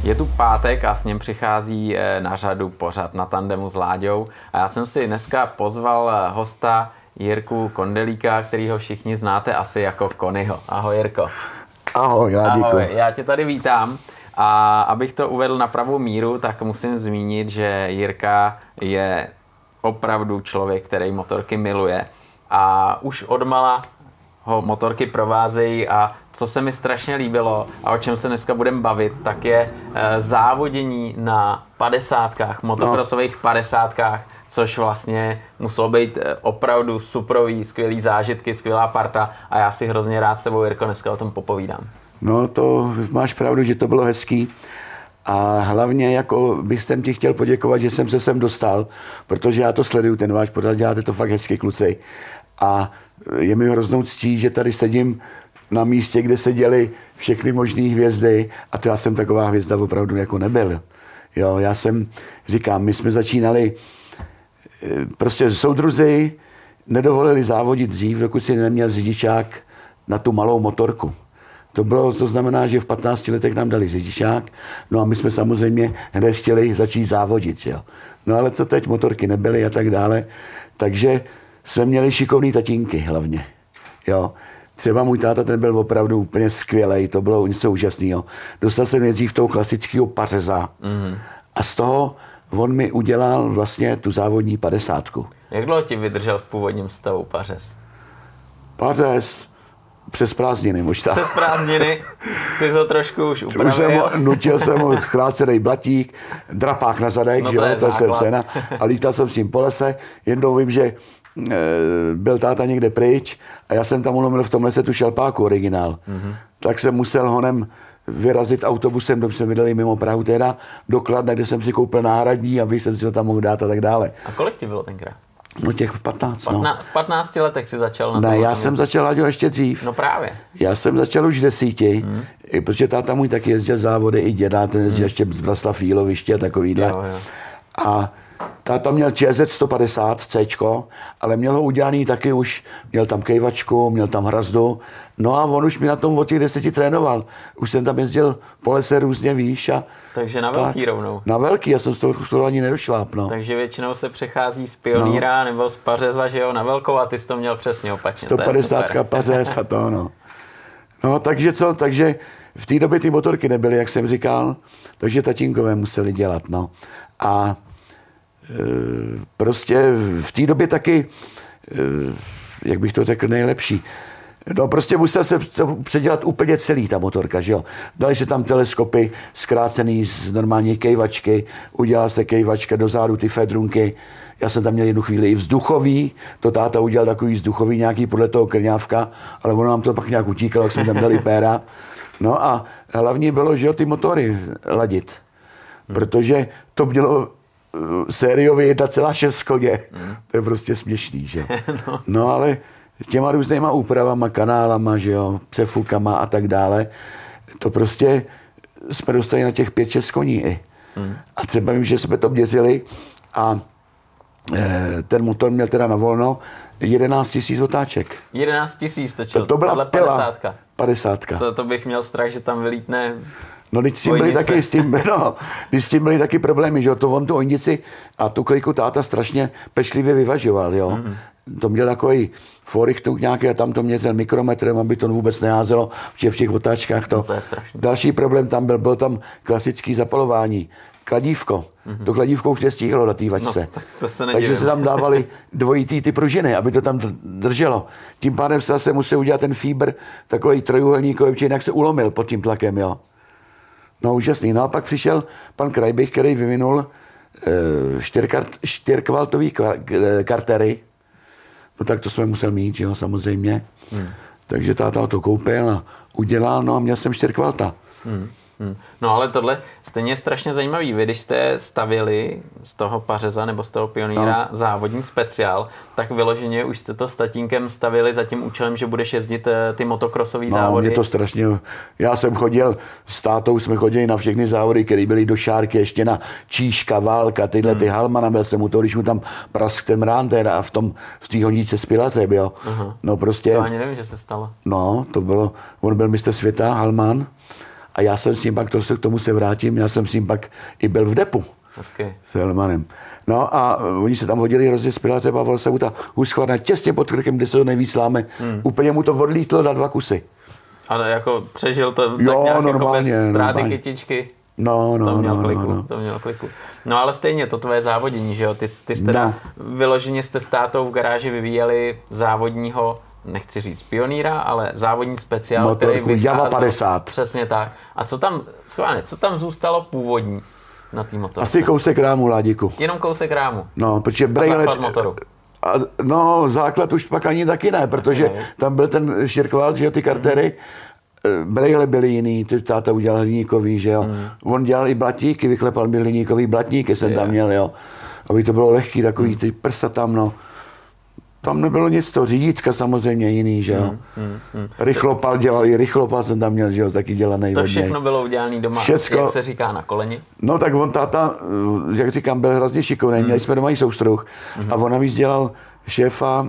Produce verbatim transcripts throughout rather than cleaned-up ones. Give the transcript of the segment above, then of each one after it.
Je tu pátek a s ním přichází na řadu pořad Na tandemu s Láďou. A já jsem si dneska pozval hosta Jirku Kondelíka, kterýho všichni znáte asi jako Konyho. Ahoj, Jirko. Ahoj, Láďíku. Ahoj, já tě tady vítám. A abych to uvedl na pravou míru, tak musím zmínit, že Jirka je opravdu člověk, který motorky miluje. A už odmala ho motorky provázejí a co se mi strašně líbilo a o čem se dneska budeme bavit, tak je e, závodění na padesátkách, motokrosových padesátkách, což vlastně muselo být opravdu suprový, skvělý zážitky, skvělá parta a já si hrozně rád s tebou, Jirko, dneska o tom popovídám. No to máš pravdu, že to bylo hezký a hlavně jako bych jsem ti chtěl poděkovat, že jsem se sem dostal, protože já to sleduju, ten váš pořad, děláte to fakt hezky, kluci. A je mi hroznou ctí, že tady sedím na místě, kde seděly všechny možné hvězdy a to já jsem taková hvězda opravdu jako nebyl. Jo, já jsem, říkám, my jsme začínali, prostě soudruzi nedovolili závodit dřív, dokud si neměl řidičák na tu malou motorku. To bylo, co znamená, že v patnácti letech nám dali řidičák, no a my jsme samozřejmě hned chtěli začít závodit, jo. No ale co teď, motorky nebyly a tak dále, takže jsme měli šikovný tatínky hlavně, jo. Třeba můj táta, ten byl opravdu úplně skvělej, to bylo něco úžasného. Dostal jsem nejdřív toho klasického pařeza mm. a z toho on mi udělal vlastně tu závodní padesátku. Jak dlouho ti vydržel v původním stavu pařez? Pařez přes prázdniny možná. Přes prázdniny? Ty jsi ho trošku už upravil. Už jsem, nutil jsem ho chrácenej blatík, drapák na zadek, no že jo, to, to jsem cena. A lítal jsem s tím po lese, jednou vím, že e, byl táta někde pryč a já jsem tam ulomil v tom lese tu šalpáku originál. Mm-hmm. Tak jsem musel honem vyrazit autobusem, dokud jsme vydali mimo Prahu teda, do Kladna, kde jsem si koupil náhradní, aby jsem si ho tam mohl dát a tak dále. A kolik ti bylo tenkrát? No těch patnáct, Patna, no. V patnácti letech si začal na to. Ne, já jsem začal, Láďo, ještě dřív. No právě. Já jsem začal už v desíti, hmm. protože táta můj taky jezdil závody, i děda, ten jezdil hmm. ještě z Braslav Jíloviště a takovýhle. Jo, jo. A táta měl Č Z sto padesát Cčko, ale měl ho udělaný taky už, měl tam kejvačku, měl tam hrazdu. No a on už mi na tom od těch deseti trénoval. Už jsem tam jezdil po lese různě, víš. A takže na velký tak, rovnou. Na velký, já jsem z toho, z toho ani nedošláp, no. Takže většinou se přechází z pionýra no. nebo z pařeza, že jo, na velkou a ty jsi to měl přesně opačně. sto padesát pařez a to, no. No, takže co, takže v té době ty motorky nebyly, jak jsem říkal, takže tatínkové museli dělat, no. A e, prostě v té době taky, e, jak bych to řekl, nejlepší. No prostě musel se to předělat úplně celý ta motorka, že jo. Dali se tam teleskopy zkrácený z normální kejvačky, udělala se kejvačka do zádu, ty fedrunky. Já jsem tam měl jednu chvíli i vzduchový, to táta udělal takový vzduchový nějaký podle toho krňávka, ale ono nám to pak nějak utíkalo, jak jsme tam dali péra. No a hlavně bylo, že jo, ty motory ladit, protože to mělo sériově jedna celá šest koně. To je prostě směšný, že jo. No ale těma různýma úpravama, kanálama, že jo, přefukama a tak dále, to prostě jsme dostali na těch pět šest koní i. Hmm. A třeba vím, že jsme to měřili a e, ten motor měl teda na volno jedenáct tisíc otáček. jedenáct tisíc točil, to, to byla pila, padesátka. To, to bych měl strach, že tam vylítne. No, když s tím byli taky, s tím, no, když s tím byli taky problémy, že jo, to on tu onici a tu kliku táta strašně pečlivě vyvažoval, jo. Mm-hmm. To měl takový forichtuk nějaký a tam to měřil mikrometrem, aby to vůbec neházelo, protože v těch otáčkách to. No to je strašný. Další problém tam byl, bylo tam klasický zapalování. Kladívko. Mm-hmm. To kladívko už nestíhlo na té vačce. No, tak to se takže se tam dávali dvojitý ty pružiny, aby to tam drželo. Tím pádem se zase musel udělat ten fíbr, takový trojuhelníkový, protože jinak se ulomil pod tím tlakem, jo. No úžasný. No a pak přišel pan Krajbich, který vyvinul e, čtyřkvaltový kartery. No tak to jsme musel mít, že jo, samozřejmě. Hmm. Takže táta to koupil a udělal, no a měl jsem čtyřkvalta. Hmm. Hmm. No ale tohle stejně je strašně zajímavý. Vy, když jste stavili z toho pařeza nebo z toho pionýra no. závodní speciál, tak vyloženě už jste to s tatínkem stavili za tím účelem, že budeš jezdit ty motokrosové no, závody. No, mě to strašně... Já jsem chodil, s tátou jsme chodili na všechny závody, které byly do šárky, ještě na Číška, Válka, tyhle hmm. ty Halmana, byl jsem u toho, když mu tam prask ten rán teda a v tom, v té honíčce z Pilace byl. Aha. No prostě... To ani nevím, že se stalo. No, to bylo... On byl mistr světa, Halman. A já jsem s ním pak, to se k tomu se vrátím, já jsem s ním pak i byl v depu. Hezky. S Helmanem. No a oni se tam hodili hrozně spěle, třeba Volsevuta Husqvarna těsně pod krkem, kde se to nejvíc láme. Hmm. Úplně mu to odlítlo na dva kusy. Ale jako přežil to tak jo, nějak normálně, jako bez ztráty normálně. kytičky. No, no, to měl no, kliku, no, no. to měl kliku. No ale stejně, to tvoje závodění, že jo? Ty, ty jste teda no. vyloženě jste s tátou v garáži vyvíjeli závodního, nechci říct pionýra, ale závodní speciál, motorku který vycházel. Java padesát. Přesně tak. A co tam, schválně, co tam zůstalo původní na té motorce? Asi kousek rámu, Ládiku. Jenom kousek rámu. No, protože brejlet... A motoru. A, no, základ už pak ani taky ne, protože okay. tam byl ten širkval, že jo, ty kartery, mm. brejle byly jiný, ty táta udělal hliníkový, že jo. Mm. On dělal i blatníky, vyklepal mi hliníkový blatníky, jsem je. tam měl, jo. Aby to bylo lehký, takový mm. ty prsa tam, no. Tam nebylo nic to, řídícka samozřejmě jiný, že jo. Mm, mm, mm. Rychlopal dělali, rychlopal jsem tam měl, že jo, taky dělaný. To všechno bylo udělané doma, Všecko, jak se říká, na koleni? No tak on táta, jak říkám, byl hrozně šikovný, mm. měli jsme doma i soustruh mm. a on navíc dělal šéfa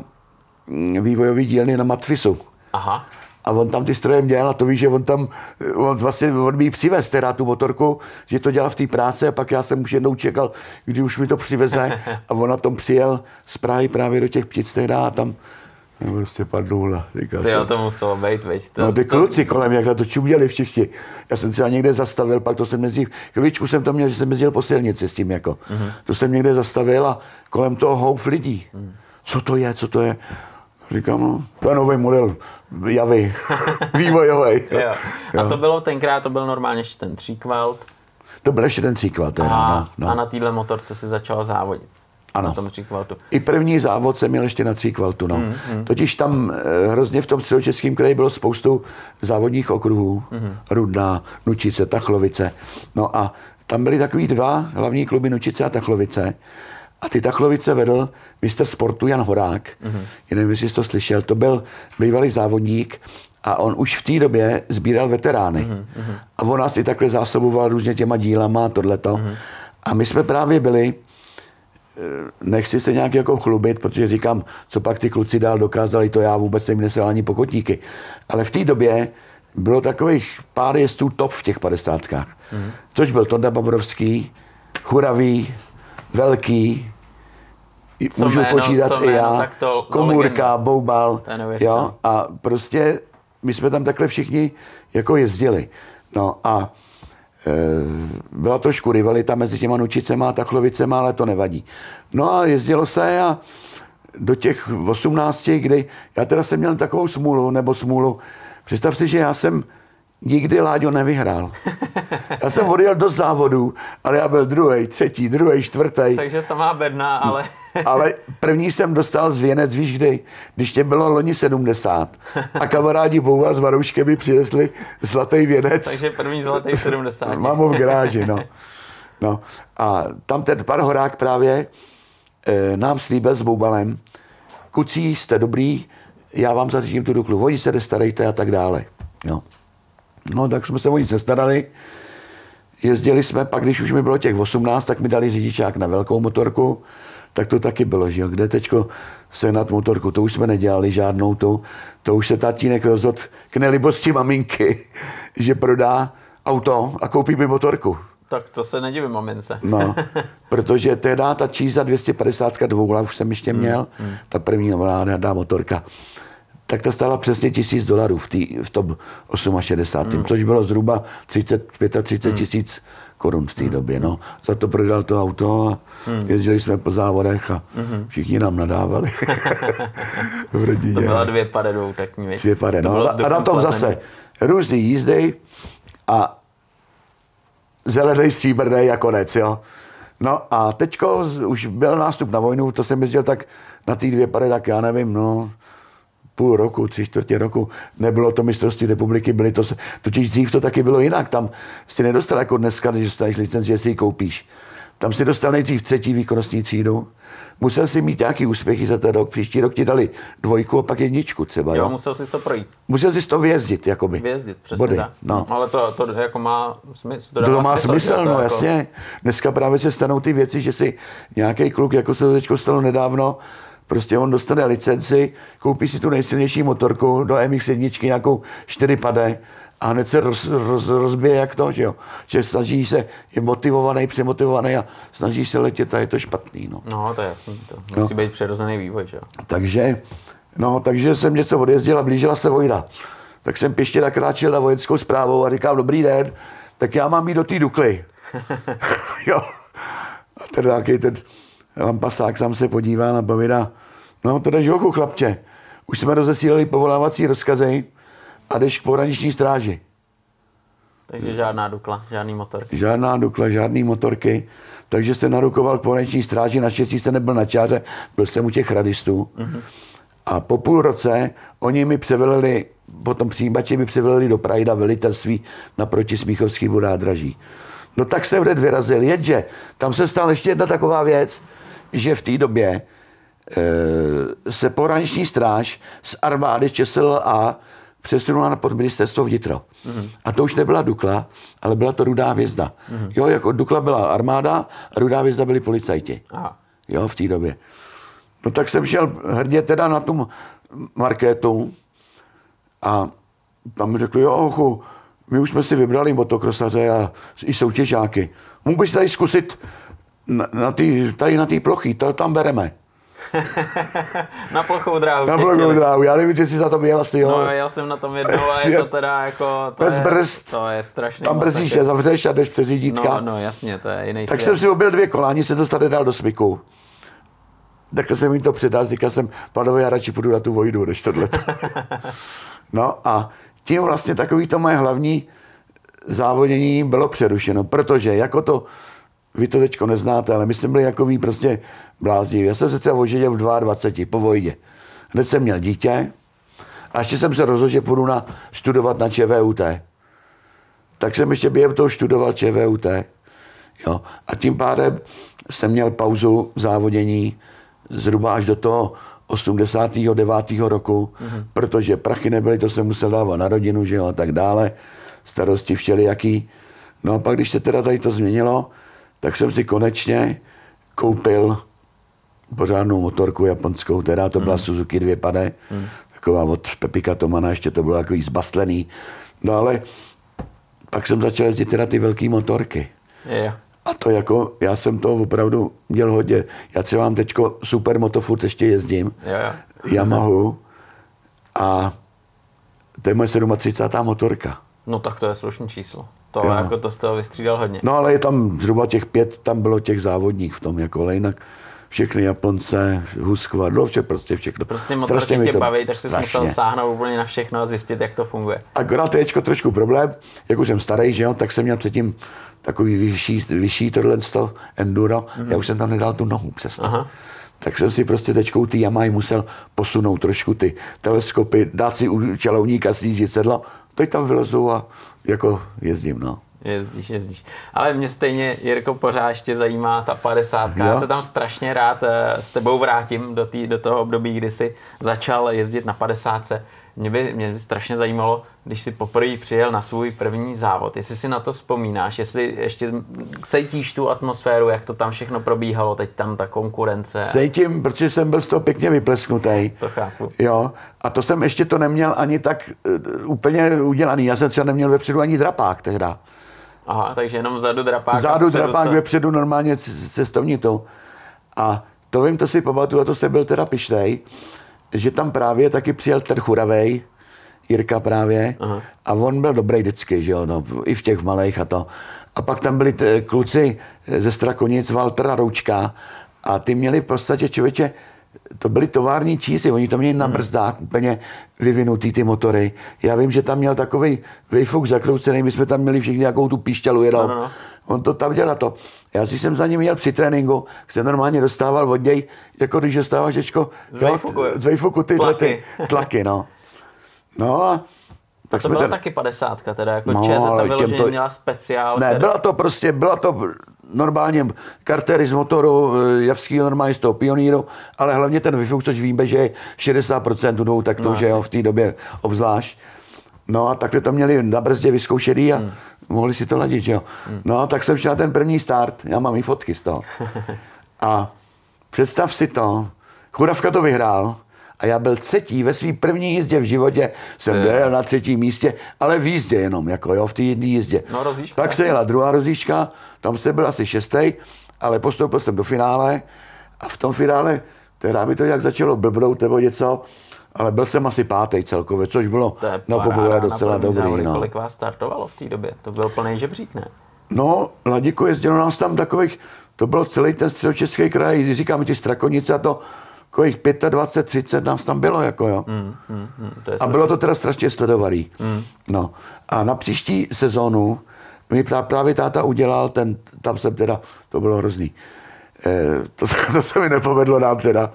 vývojový dílny na Matfisu. Aha. A on tam ty stroje měl a to víš, že on tam, on vlastně on mi přivez teda tu motorku, že to dělal v té práci a pak já jsem už jednou čekal, kdy už mi to přiveze a on na tom přijel z Prahy právě do těch Ptic teda a tam prostě padnul. Ty jo, to muselo být, veď. To, no ty to... kluci kolem, jak na to čuměli všichni. Já jsem se někde zastavil, pak to jsem mezi, chvíličku jsem to měl, že jsem jezdil po silnici s tím jako. Mm-hmm. To jsem někde zastavil a kolem toho houf lidí. Mm. Co to je, co to je? Říkám, no, to je nový model Javy, vývojový. Jo. Jo. A to bylo tenkrát, to byl normálně ještě ten tříkvalt. To byl ještě ten tříkvalt. Teda, a, no, no. a na téhle motorce si začal závodit. Ano. Na tom tříkvaltu. I první závod jsem měl ještě na tříkvaltu. No. Mm, mm. Totiž tam hrozně v tom středočeském kraji bylo spoustu závodních okruhů. Mm. Rudná, Nučice, Tachlovice. No a tam byly takový dva hlavní kluby, Nučice a Tachlovice. A ty Tachlovice vedl mistr sportu Jan Horák. Mm-hmm. Já nevím, jestli jsi to slyšel. To byl bývalý závodník a on už v té době sbíral veterány. Mm-hmm. A on nás i takhle zásoboval různě těma dílama a tohleto. Mm-hmm. A my jsme právě byli, nechci se nějak jako chlubit, protože říkám, co pak ty kluci dál dokázali, to já vůbec jsem nesel ani pokotníky. Ale v té době bylo takových pár jezdců top v těch padesátkách. Mm-hmm. Což byl Tonda Babrovský, Churavý, Velký, co můžu jméno, počítat i já, to, Komůrka, Boubal, jo, a prostě my jsme tam takhle všichni jako jezdili. No a e, byla trošku rivalita mezi těma Nučicema a Tachlovicema, ale to nevadí. No a jezdilo se a do těch osmnácti, kdy já teda jsem měl takovou smůlu, nebo smůlu, představ si, že já jsem nikdy, Láďo, nevyhrál. Já jsem odjel do závodů, ale já byl druhý, třetí, druhý, čtvrtý. Takže samá bedna, ale... ale první jsem dostal zvěnec, víš kdy? Když tě bylo loni sedmdesát. A kamarádi Bouva s Marouškem mi přinesli zlatý věnec. Takže první zlatý sedmdesát. Mám ho v garáži, no. no. A tam ten pan Horák právě e, nám slíbil s Boubalem, kucí, jste dobrý, já vám zařídím tu Duklu, oni se nestarejte a tak dále. Jo. No, tak jsme se o nic nestarali. Jezdili jsme, pak když už mi bylo těch osmnáct, tak mi dali řidičák na velkou motorku. Tak to taky bylo, že jo. Kde teďko sehnat motorku, to už jsme nedělali žádnou tu. To už se tatínek rozhodl k nelibosti maminky, že prodá auto a koupí mi motorku. Tak to se nedivím mamince. No, protože tehdy ta Číza dvě stě padesát dva, už jsem ještě měl, hmm, hmm. ta první vládá motorka. Tak ta stála přesně tisíc dolarů v, tý, v tom šedesátém Hmm. což bylo zhruba třicet, třicet pět tisíc hmm. korun v té hmm. době. No. Za to prodal to auto a hmm. jezdili jsme po závodech a hmm. všichni nám nadávali. v rodině. To byla dvě pade dvoutakní, věc. Dvě pade, no. A na tom zase různý jízdy a zelený, stříbrný a konec, jo. No a teďko už byl nástup na vojnu, to jsem jezdil tak na ty dvě pade, tak já nevím, no, půl roku, tři čtvrtě roku, nebylo to mistrovství republiky, byly to, totiž dřív to taky bylo jinak, tam si nedostal jako dneska, když dostaneš licenci, že si ji koupíš. Tam si dostal nejdřív třetí výkonnostní třídu, musel si mít nějaký úspěchy za ten rok, příští rok ti dali dvojku a pak jedničku třeba, jo? Jo, musel si to projít. Musel si to vyjezdit, jakoby. Vyjezdit, přesně Body, tak. no. Ale to, to jako má smysl. To, to má smysl, smysl no jako... jasně. Dneska právě se stanou ty věci, že si nějaký kluk, jako se to teďko stalo nedávno, prostě on dostane licenci, koupí si tu nejsilnější motorku do M X jedna, nějakou čtyři pade a hned se roz, roz, rozbije jak to, že jo. Že snaží se, je motivovaný, přemotivovaný a snaží se letět a je to špatný, no. No, to je jasný, to musí no. být přirozený vývoj, že jo. Takže, no, takže jsem něco odjezdil a blížila se vojna. Tak jsem pěště nakráčel na vojenskou správou a říkám, dobrý den, tak já mám jít do té Dukly. Jo. A ten nějaký ten lampasák sám se podívá na povídá, no to jdeš hochu, chlapče. Už jsme rozesílali povolávací rozkazy a jdeš k pohraniční stráži. Takže žádná Dukla, žádný motorky. Žádná Dukla, žádný motorky. Takže se narukoval k pohraniční stráži, naštěstí se nebyl na čáře, byl jsem u těch radistů. Mm-hmm. A po půl roce oni mi převelili, potom přijímači mi převelili do Prajda velitelství naproti Smíchovský nádraží. No tak jsem hned vyrazil, jenže tam se stala ještě jedna taková věc, že v té době e, se pohraniční stráž z armády ČSL a přesunula na pod ministerstvo vnitra. Mm-hmm. A to už nebyla Dukla, ale byla to Rudá hvězda. Mm-hmm. Jo, jako Dukla byla armáda a Rudá hvězda byli policajti. Aha. Jo, v té době. No tak jsem šel hrdě teda na tu markétu a tam mi řekli, jo, ochu, my už jsme si vybrali motokrosaře a i soutěžáky. Mohl bys tady zkusit na, na tý, tady na té plochy, to tam bereme. Na plochou dráhu. Na plochou dráhu, já nevím, že jsi za to byl asi, jo. No, jel jsem na tom jednou a je to teda jako, to bez je, brzd. To je strašný. Tam brzdíš, je zavřeš a jdeš přes řídítka. No, no, jasně, to je jiný Tak svět. jsem si objel dvě kola, ani se dostat nedal do smyku. Takhle jsem jim to předal, říkal jsem, pánové, já radši půjdu na tu vojnu, než tohleto. No a tím vlastně takový to moje hlavní závodění bylo přerušeno, protože jako to, vy to teďko neznáte, ale my jsme byli jakový prostě blázniví. Já jsem se třeba oženil v dvaceti dvou po vojně. Hned jsem měl dítě a ještě jsem se rozhodl, že půjdu na, studovat na ČVUT. Tak jsem ještě během toho studoval ČVUT. Jo. A tím pádem jsem měl pauzu v závodění zhruba až do toho osmdesátého devátého roku, mm-hmm. protože prachy nebyly, to jsem musel dávat na rodinu, že jo, a tak dále, starosti všelijaký. No a pak, když se teda tady to změnilo, tak jsem si konečně koupil pořádnou motorku japonskou, teda to byla mm. Suzuki dvě pade, mm. taková od Pepika Tomana, ještě to bylo takový zbaslený. No ale pak jsem začal jezdit teda ty velký motorky. Yeah. A to jako, já jsem to opravdu měl hodně. Já třeba mám teďko super moto, furt ještě jezdím. Yeah. Yamahu. A to je moje třicátá sedmá motorka. No tak to je slušný číslo. To jo. Jako to z toho vystřídal hodně. No ale je tam zhruba těch pět, tam bylo těch závodník v tom, jako, ale jinak všechny Japonce, Husqvarna, vše, prostě všechno. Prostě motorky tě to baví, tak jsi musel sáhnout úplně na všechno a zjistit, jak to funguje. Akorát je trošku problém, jak už jsem starý, že jo, tak jsem měl předtím takový vyšší, vyšší tohle enduro, mm-hmm. já už jsem tam nedal tu nohu přes to. Aha. Tak jsem si prostě teďkou ty Yamahy musel posunout trošku ty teleskopy, dát si u čelouníka, snížit sedlo, teď tam vylezu a jako jezdím, no. Jezdíš, jezdíš. Ale mě stejně, Jirko, pořád ještě zajímá ta padesátka. Já se tam strašně rád s tebou vrátím do, tý, do toho období, kdy jsi začal jezdit na padesátce. Mě by, mě by strašně zajímalo, když jsi poprvé přijel na svůj první závod, jestli si na to vzpomínáš, jestli ještě cítíš tu atmosféru, jak to tam všechno probíhalo, teď tam ta konkurence. Cítím, protože jsem byl z toho pěkně vyplesknutý. To chápu. Jo, a to jsem ještě to neměl ani tak uh, úplně udělaný. Já jsem třeba neměl vepředu ani drapák tehda. Aha, takže jenom vzadu drapák. Vzadu drapák, co? Vepředu normálně cestovnitou. A to vím, to si pamatuju, a to jsem byl teda pištej, že tam právě taky přijel ten churavej, Jirka právě, aha. A on byl dobrý vždycky, že jo, no, i v těch malých a to. A pak tam byli t- kluci ze Strakonic, Walter a Roučka, a ty měli v podstatě, člověče, to byli tovární čízy, oni to měli na brzdách úplně vyvinutý ty motory. Já vím, že tam měl takovej vejfuk zakroucený, my jsme tam měli všichni nějakou tu píšťalu jedou. No, no. On to tam dělal to. Já si jsem za ním měl při tréninku, jsem normálně dostával od něj, jako když dostáváš Ječko, z vejfuku tyhle ty tlaky, no. No a tak to byla ten... taky padesátka, teda jako no, ČZ vyloženě to... měla speciál. Ne, který... byla to prostě, byla to normálně kartery z motoru, javského normálně z toho Pioníru, ale hlavně ten výfuk, což víme, že je šedesát procent dvou taktů, no, že jo, v té době obzvlášť. No a takhle to měli na brzdě vyzkoušený a hmm. mohli si to ladit, že jo. Hmm. No a tak jsem šel na ten první start, já mám i fotky z toho. A představ si to, Chudavka to vyhrál A já byl třetí ve své první jízdě v životě, jsem byl na třetím místě, ale v jízdě jenom, jako jo, v té jedné jízdě. No, rozjížďka. Pak se jela druhá rozjížďka, tam jsem byl asi šestý, ale postoupil jsem do finále a v tom finále, teda by to nějak začalo blbnout nebo něco, ale byl jsem asi pátý celkově, což bylo no poprvé docela dobrý. Závody, no. Kolik vás startovalo v té době? To byl plný žebřík, ne? No, Ladiko, jezdilo nás tam takových, to bylo celý ten středočeský kraj, když říkáme ty Strakonice a to, takových dvacet pět, třicet nás tam bylo, jako jo. Mm, mm, mm, to je a bylo to teda strašně sledovaný. Mm. No. A na příští sezónu mi právě táta udělal ten, tam jsem teda, to bylo hrozný. E, to, to se mi nepovedlo nám teda.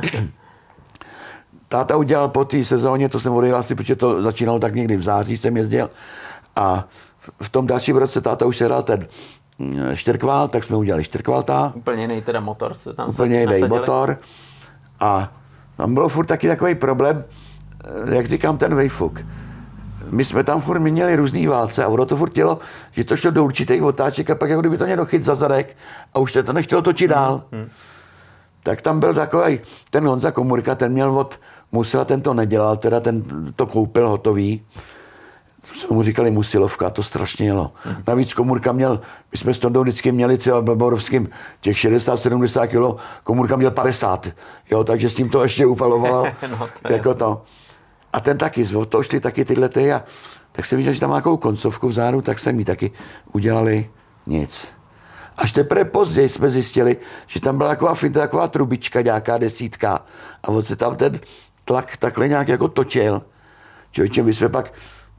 Táta udělal po té sezóně, to jsem odejel asi, protože to začínalo tak někdy v září, jsem jezdil. A v tom dalším roce táta už se hrál ten čtyřkvál, tak jsme udělali čtyřkvalta. Úplně jiný teda motor se tam Úplně jiný motor. A tam bylo furt taky takový problém, jak říkám, ten vejfuk. My jsme tam furt měli různý válce a ono to furt tělo, že to šlo do určitých otáček a pak jako kdyby to někdo chyt za zadek a už to nechtělo točit dál. Hmm. Tak tam byl takový, ten Honza Komůrka, ten měl od Musila, ten to nedělal, teda ten to koupil hotový. Jsme mu říkali Musilovka, to strašně jelo. Hmm. Navíc Komůrka měl, my jsme s Tondou vždycky měli třeba Baborovským těch šedesát sedmdesát kilo, Komůrka měl padesát, jo, takže s tím to ještě upalovalo, no, to jako jasný. To. A ten taky, to šli taky tyhle ty a tak jsem viděl, že tam má nějakou koncovku vzadu, tak jsem jí taky udělali nic. Až teprve později jsme zjistili, že tam byla taková finta, taková trubička, nějaká desítka a on se tam ten tlak takhle nějak jako točil. Člověče, my jsme pak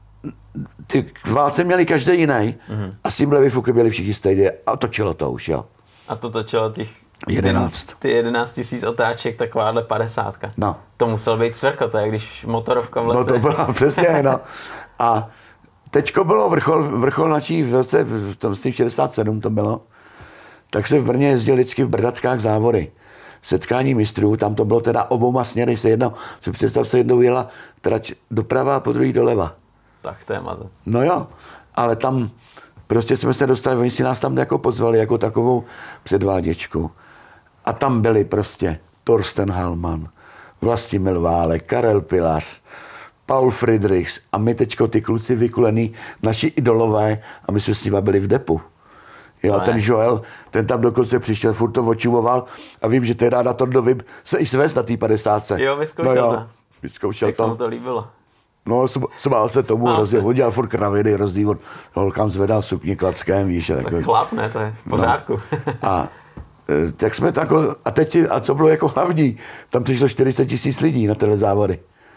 ty válce měli každý jiný mm-hmm. a s tímhle vyfuky byli všichni stejně a točilo to už, jo. A to točilo těch jedenáct. Ty jedenáct tisíc otáček, takováhle padesátka. No. To musel být cvrko, to je, když motorovka v lese. No to bylo přesně, no. A teďko bylo vrchol, vrchol naší v roce, v tom šedesát sedm to bylo, tak se v Brně jezdil vždycky v Brdackách závody. Setkání mistrů, tam to bylo teda obouma směry, se jednou, si představ, se jednou jela trať doprava a po druhý doleva. Tak to je mazec. No jo, ale tam prostě jsme se dostali, oni si nás tam jako pozvali jako takovou předváděčku. A tam byli prostě Torsten Halman, Vlastimil Válek, Karel Pilař, Paul Friedrichs a my teďko ty kluci vykulený, naši idolové a my jsme s nimi byli v depu. Jo, ten Joel, ten tam dokonce přišel, furt to očumoval a vím, že teda na Tordovým se i svést na té padesátce. Jo, vyzkoušel no jo, to. Vyzkoušel Jak to. se mu to líbilo? No, smál se tomu hrozně, on dělal furt kraviny, rozdíl, on holkám zvedal sukni klackem, víš. Tak jako, chlap, ne, to je v pořádku. No. A tak jsme tako, a teď si, a co bylo jako hlavní, tam přišlo čtyřicet tisíc lidí na tyhle závody.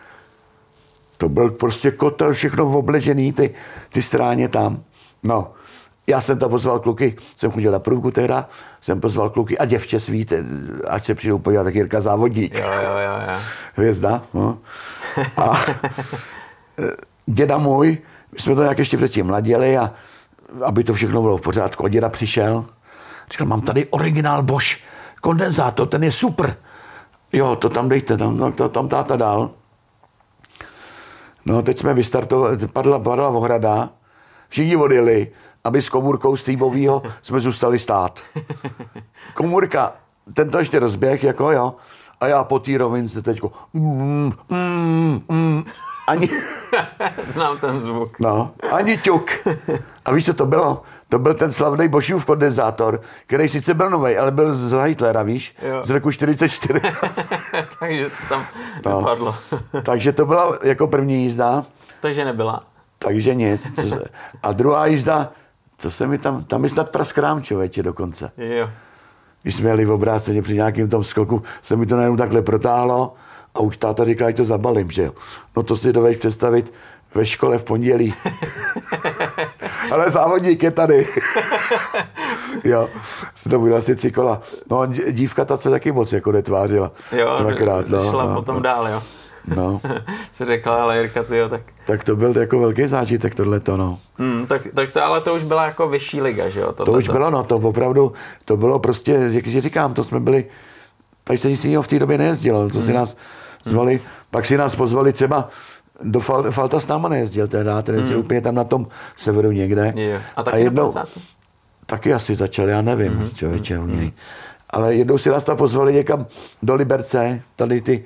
To byl prostě kotel, všechno obležený, ty, ty stráně tam. No, já jsem tam pozval kluky, jsem chodil na průvku tehda, jsem pozval kluky a děvče svít, ať se přijdou podívat, tak Jirka Závodník. Jo, jo, jo, jo. Hvězda, no. A děda můj, my jsme to nějak ještě předtím mladili a aby to všechno bylo v pořádku. A děda přišel, říkal, mám tady originál Bosch kondenzátor, ten je super. Jo, to tam dejte, tam, no, to tam táta dal. No, teď jsme vystartovali, padla, padla ohrada, všichni odjeli, aby s Komůrkou z týmovýho jsme zůstali stát. Komůrka, ten to ještě rozběh, jako jo, a já po té rovince teďko mm, mm, mm, ani... Znám ten zvuk. No, ani ťuk. A víš, co to bylo? To byl ten slavný Boschův kondenzátor, který sice byl novej, ale byl z Hitlera, víš? Jo. Z roku čtyřicet čtyři. Takže tam no. Nepadlo. Takže to byla jako první jízda. Takže nebyla. Takže nic. A druhá jízda, co se mi tam, tam mi snad praskrám, člověče, dokonce. Jo. Když jsme jeli v obráceně při nějakém tom skoku, se mi to najednou takhle protáhlo a už táta říká, že to zabalím, že jo. No to si dovedeš představit ve škole v pondělí. Ale závodník je tady. Jo, se to bude asi tři kola. No dívka ta se taky moc jako netvářila. Jo, dvakrát, no, šla no, potom no. dál, jo. No. Se řekla, ale Jirka, ty jo, tak... Tak to byl jako velký zážitek tohleto, no. Hmm, tak, tak to, ale to už byla jako vyšší liga, že jo? To už bylo, no, to opravdu, to bylo prostě, jak si říkám, to jsme byli, tady se nic jiného v té době nejezdilo, to si hmm. nás zvali, hmm. pak si nás pozvali třeba, do Fal, Falta s náma nejezdil teda, ten jezdil hmm. úplně tam na tom severu někde. Jo. A taky a jednou, na taky asi začal, já nevím, hmm. člověče u něj. Hmm. Ale jednou si nás tam pozvali někam do Liberce, tady ty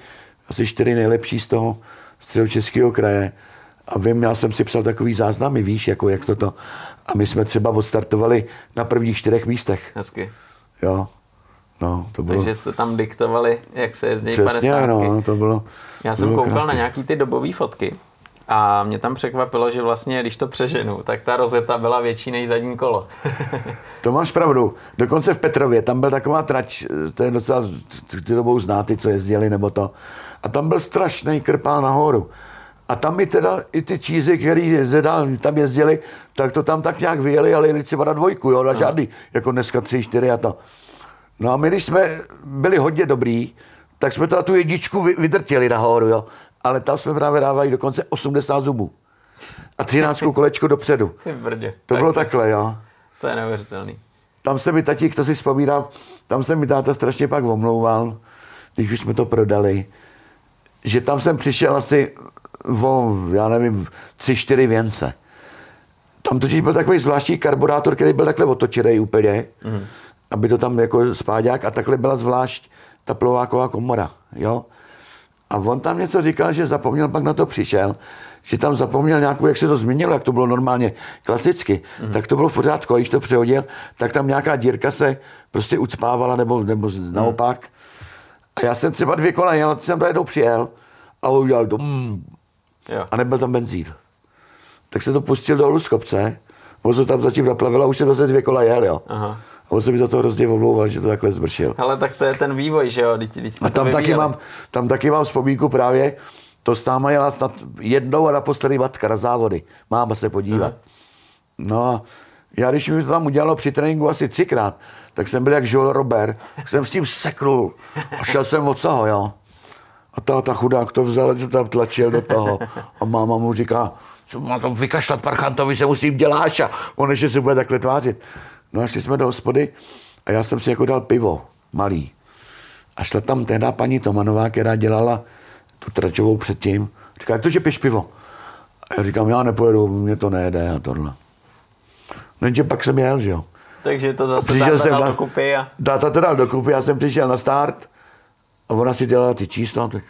asi čtyři nejlepší z toho středočeského kraje. A vím, já jsem si psal takový záznamy, víš, jako jak toto. A my jsme třeba odstartovali na prvních čtyřech místech. Hezky. Jo. No, to bylo... Takže jste tam diktovali, jak se jezdí Přesně, padesátky. no, to bylo... Já jsem bylo koukal krásný. na nějaký ty dobové fotky a mě tam překvapilo, že vlastně, když to přeženu, tak ta rozeta byla větší než zadní kolo. To máš pravdu. Dokonce v Petrově, tam byl taková trať, to je docela, ty dobou zná, ty, co jezdili, nebo to. A tam byl strašný krpál nahoru. A tam i teda i ty čízy, který zedal, tam jezdili, tak to tam tak nějak vyjeli, ale jeli třeba na dvojku, jo, na žádný, jako dneska tři, čtyři a to. No a my, když jsme byli hodně dobrý, tak jsme to na tu jedničku vydrtili nahoru, jo. Ale tam jsme právě dávali dokonce osmdesát zubů. A třináct kolečko dopředu. Ty brdě. To tak bylo takhle, jo. To je neuvěřitelný. Tam se mi tatík, to si vzpomínám, tam se mi táta strašně pak omlouval, když už jsme to prodali, že tam jsem přišel asi o, já nevím, tři, čtyři věnce. Tam totiž byl takový zvláštní karburátor, který byl takhle otočený úplně, mm. aby to tam jako spáďák a takhle byla zvlášť ta plováková komora, jo. A on tam něco říkal, že zapomněl, pak na to přišel, že tam zapomněl nějakou, jak se to změnilo, jak to bylo normálně klasicky, mm. tak to bylo v pořádku, a když to přehodil, tak tam nějaká dírka se prostě ucpávala, nebo, nebo mm. naopak. A já jsem třeba dvě kola jel, jsem dojednou přijel a udělal to mm, a nebyl tam benzín. Tak se to pustil dolů z kopce, on se tam zatím naplavil a už jsem zase dvě kola jel, jo. Aha. A on se mi za to hrozně omlouval, že to takhle zbršil. Ale tak to je ten vývoj, že jo? Když, když a tam taky, mám, tam taky mám vzpomínku právě, to s náma jela jednou a naposledy matka na závody. Máma se podívat. Aha. No a já, když mi to tam udělalo při tréninku asi třikrát, tak jsem byl jak Joel Robert, jsem s tím seknul a šel jsem od toho, jo. A ta, ta chudák to vzal, že tam tlačil do toho. A máma mu říká, co má tam vykašlat parchantovi, se musím děláš, a on ještě se bude takhle tvářit. No a šli jsme do hospody a já jsem si jako dal pivo, malý. A šla tam tehdy paní Tomanová, která dělala tu traťovou předtím. Říká, jak to, že piješ pivo? A já říkám, já nepojedu, mě to nejede a tohle. No jenže pak jsem jel, že jo. Takže to zase táta dal dokupy a... Táta to dal dokupy, já jsem přišel na start a ona si dělala ty čísla, tak...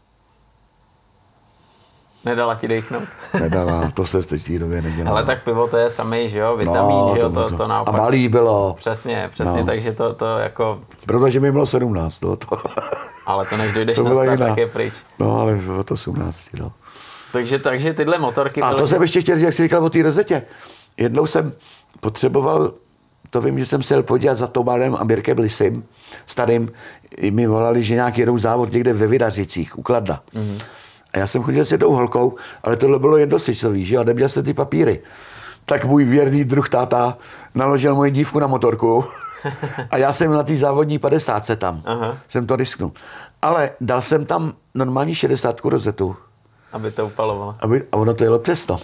Nedala ti dechnout. Nedala, to se v té době nedělalo. Ale tak pivo to je samý, že jo, vitamín, no, že jo, to, to, to naopak. A malý bylo. Přesně, přesně, no. Takže to, to jako... Pravda, že mi bylo sedmnáct, no to... Ale to než dojdeš to na start, tak je pryč. No, ale od osmnácti, no. Takže, takže tyhle motorky... A to jsem ještě chtěl říct, jak jsi říkal o té rozetě. Jednou jsem potřeboval, to vím, že jsem se jel podívat za Tomarem a Mirkem Lisym, starým, mi volali, že nějak jedou závod někde ve Vydařicích, u Kladna. Mm-hmm. A já jsem chodil s jednou holkou, ale tohle bylo jednosičový, že jo, a neměl jsem ty papíry. Tak můj věrný druh táta naložil moji dívku na motorku a já jsem na té závodní padesátce tam. Aha. Jsem to risknul. Ale dal jsem tam normální šedesátku rozetu. Aby to upalovalo. Aby, a ono to jelo přesto.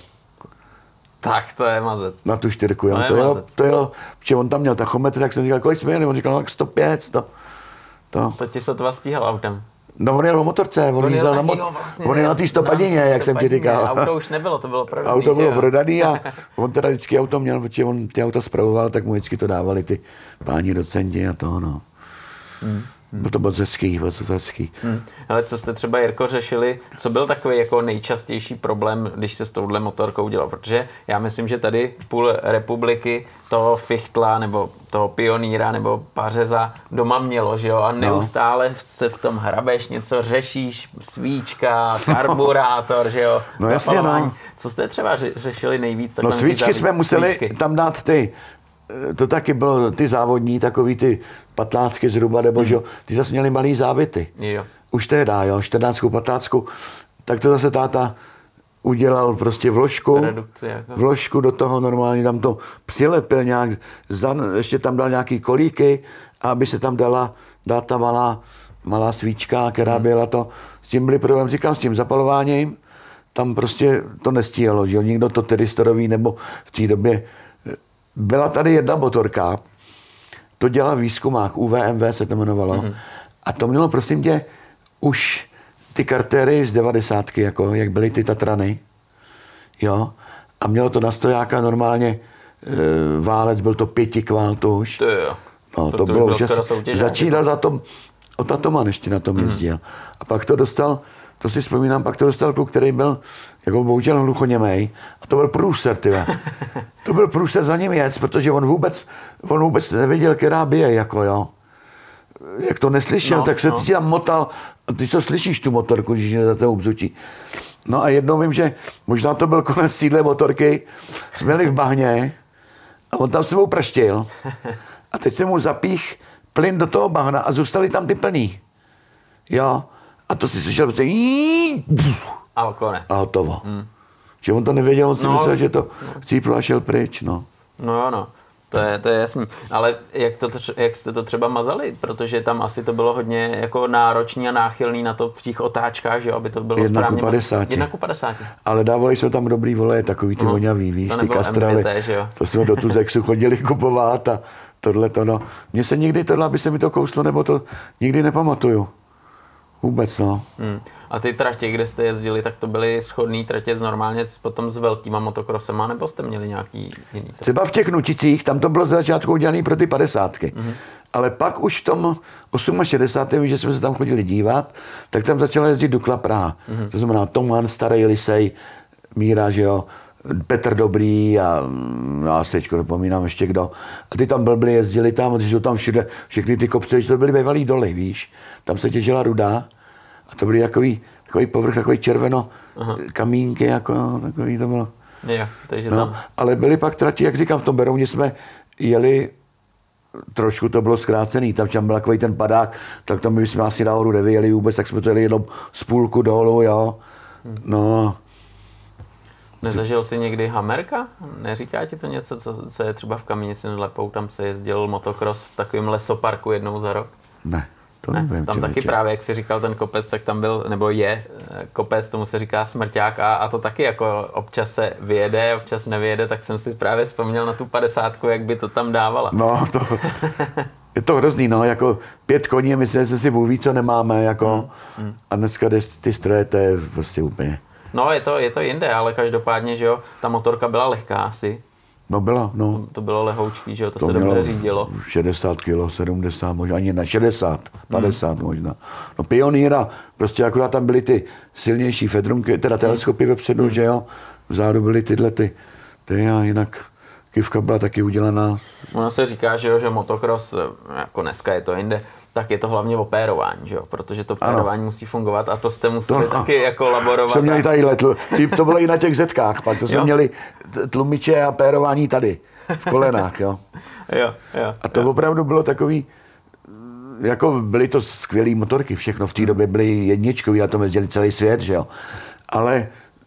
Tak to je mazec. Na tu čtyřku, jo. To, to, jelo, to jelo, protože on tam měl tachometr, tak jsem říkal, kolik jsme jeli? On říkal, no tak sto pět, sto. To. To ti sotva stíhal autem. No on jel o motorce, on, on jel na, mo- vlastně, on jel na té stopadině, jak jsem ti říkal. Auto už nebylo, to bylo prodaný. Auto bylo prodaný a on teda vždycky auto měl, protože on ty auta spravoval, tak mu vždycky to dávali ty páni docenti a to, no. Hmm. Bylo to moc hezký, bylo to hezký. Hmm. Ale co jste třeba, Jirko, řešili, co byl takový jako nejčastější problém, když se s touhle motorkou dělal? Protože já myslím, že tady půl republiky toho fichtla nebo toho pionýra nebo pařeza doma mělo, že jo? A neustále no. se v tom hrabeš, něco řešíš, svíčka, karburátor, že jo? No jasně, no. Co jste třeba řešili nejvíc? No svíčky jsme museli svíčky. Tam dát ty, to taky bylo ty závodní, takový ty patlácky zhruba, nebo hmm. že jo, ty zase měli malý závity. Jo. Už tehdy, jo, čtrnáctku, patnáctku, tak to zase táta udělal prostě vložku, redukci, jako. vložku do toho normálně, tam to přilepil nějak, ještě tam dal nějaký kolíky, aby se tam dala, dala ta malá, malá svíčka, která hmm. byla to, s tím byly problém, říkám, s tím zapalováním, tam prostě to nestíhalo, že jo, nikdo to tedistorový, nebo v té době, byla tady jedna motorka, to dělal výzkumák, U V M V se to jmenovalo, mm-hmm. a to mělo, prosím tě, už ty kartéry z devadesátky, jako, jak byly ty Tatrany, jo, a mělo to na stojáka normálně e, válec, byl to pětikvál to už. To jo. No, to, to bylo úžasné. Začínal na tom Ota Toman ještě na tom jezdil. A pak to dostal, to si vzpomínám, pak to dostal kluk, který byl jako bohužel hluchoněmej. A to byl průser, tyhle. To byl průser za ním jet, protože on vůbec, on vůbec nevěděl, která bije, jako jo. Jak to neslyšel, no, tak se no. ti tam motal. A ty to slyšíš, tu motorku, když je za tebou bzučí. No a jednou vím, že možná to byl konec téhle motorky, jsme jeli v bahně a on tam sebou praštil. A teď se mu zapích plyn do toho bahna a zůstali tam ty plný. Jo. A to si slyšel prostě a konec. A hotovo. Hmm. Že on to nevěděl, on si no, myslel, že to cíplo a šel pryč, no. No jo, no. To je, to je jasný. Ale jak, to, jak jste to třeba mazali? Protože tam asi to bylo hodně jako náročný a náchylný na to v těch otáčkách, že aby to bylo jedna správně. ku padesáti. Jedna ku padesáti. Ale dávali jsme tam dobrý voleje, takový ty no, voňavý, víš, ty kastraly. M G T, to jsme do Tuzexu chodili kupovat a tohle to, no. Mně se nikdy tohle, aby se mi to kouslo, nebo to nikdy nepamatuju. Vůbec, no. Hmm. A ty tratě, kde jste jezdili, tak to byly shodné tratě z normálně potom s velkýma motokrosema, nebo jste měli nějaký jiný tratě? Třeba v těch Nučicích, tam to bylo za začátku udělané pro ty padesátky. Mm-hmm. Ale pak už v tom šedesátém osmém, že jsme se tam chodili dívat, tak tam začala jezdit Dukla Praha. Mm-hmm. To znamená Toman, Starý Lisej, Míra, že jo, Petr Dobrý a já se teďko nepomínám ještě kdo. A ty tam blbli, jezdili tam, protože jsou tam všude, všechny ty kopce, to byly bývalý doly, víš. Tam se těžila ruda a to byly takový, takový povrch, takový červeno, aha, kamínky, jako no, takový to bylo. Jo, takže no, tam. Ale byly pak trati, jak říkám, v tom Berouně jsme jeli, trošku to bylo zkrácený, tam byl takový ten padák, tak tam my jsme asi nahoru nevyjeli vůbec, tak jsme to jeli jenom z půlku dolů, jo. No. Nezažil jsi někdy Hamerka? Neříká ti to něco, co, co je třeba v Kamenici nad Lepou, tam se jezdil motocross v takovém lesoparku jednou za rok? Ne. To ne, nevím, tam taky větě. Právě, jak jsi říkal ten kopec, tak tam byl, nebo je kopec, tomu se říká Smrťák a, a to taky jako občas se vyjede, občas nevyjede, tak jsem si právě vzpomněl na tu padesátku, jak by to tam dávala. No, to, je to hrozný, no, jako pět koní, myslím, že si Bůh ví, co nemáme, jako, hmm, hmm. a dneska ty stroje, to je prostě úplně. No, je to, je to jinde, ale každopádně, že jo, ta motorka byla lehká asi. No byla, no. To, to bylo lehoučký, že jo, to, to se dobře řídilo. šedesát kilo, sedmdesát, možná ani na šedesát, padesát hmm. možná. No Pionýra, prostě akorát tam byly ty silnější fedrunky, teda teleskopy vepředu, hmm. že jo, vzadu byly tyhle ty, ty a jinak kivka byla taky udělaná. Ono se říká, že jo, že motocross, jako dneska je to jinde, tak je to hlavně o pérování, že jo? Protože to pérování ano. musí fungovat a to jste museli to, taky jako laborovat. Jsme měli tadyhle, to bylo i na těch zetkách, pak to jsme jo. měli tlumiče a pérování tady, v kolenách, jo. jo, jo a to jo. opravdu bylo takový, jako byly to skvělý motorky, všechno v té době byly jedničkový, na tom jezdili celý svět, že jo. Ale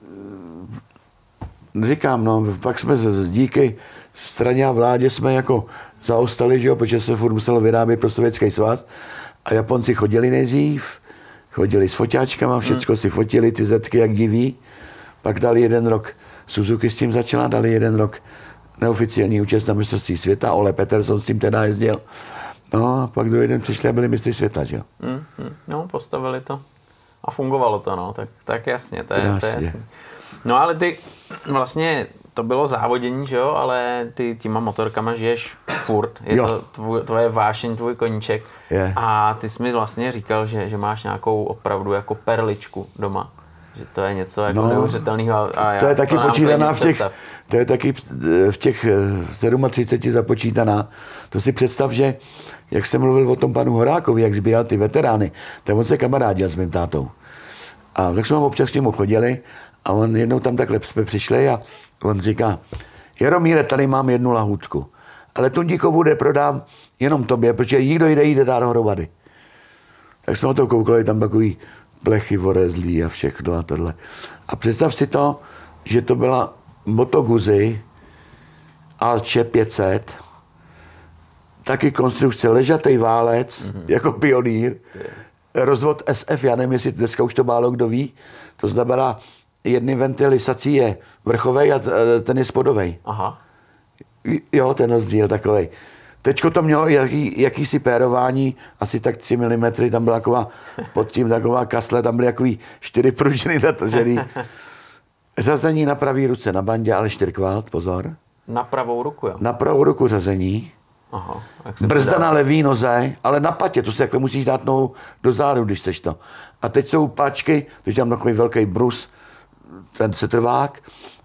říkám, no, pak jsme díky straně a vládě jsme jako zaostali, že jo, protože se furt muselo vyrábět pro Sovětský svaz a Japonci chodili nejdřív, chodili s foťáčkama, všecko hmm. si fotili ty zetky jak diví, pak dali jeden rok, Suzuki s tím začala, dali jeden rok neoficiální účast na mistrovství světa, Ole Peterson s tím teda jezdil, no a pak druhý den přišli a byli mistři světa, že jo. Hmm, hmm. No, postavili to a fungovalo to, no, tak, tak jasně, to je, to je jasný. No ale ty vlastně to bylo závodění, že jo, ale ty těma motorkama žiješ furt, je jo. to tvůj, tvoje vášeň, tvůj koníček je. A ty jsi mi vlastně říkal, že, že máš nějakou opravdu jako perličku doma, že to je něco jako no, neuvěřitelného. A já, to je taky to počítaná v těch, to je taky v těch třicet sedm započítaná, to si představ, že jak jsem mluvil o tom panu Horákovi, jak sbíral ty veterány, tak on se kamarádil s mým tátou. A tak jsme občas k němu chodili a on jednou tam takhle jsme přišli a on říká, Jaromíre, tady mám jednu lahůdku, ale tu díkovu prodám jenom tobě, protože nikdo jde jde dát dohromady. Tak jsme o to koukali, tam takový plechy vorezlí a všechno a tohle. A představ si to, že to byla Moto Guzzi Alče pět set, taky konstrukce ležatý válec, mm-hmm. jako Pionýr, rozvod S F, já nevím, jestli dneska už to málo kdo ví, to znamená, jedný ventil lisací je vrchovej a ten je spodovej. Aha. Jo, ten rozdíl takovej. Teďko to mělo jaký, jakýsi pérování, asi tak tři milimetry, tam byla taková, pod tím taková kasle, tam byly takový čtyři pružiny natažený. Řazení na pravý ruce na bandě, ale štyrkvalt, pozor. Na pravou ruku, jo? Na pravou ruku řazení. Aha, brzda na levý noze, ale na patě, to si takhle musíš dát nohu do zádu, když chceš to. A teď jsou páčky, když tam takový velký brus, ten setrvák,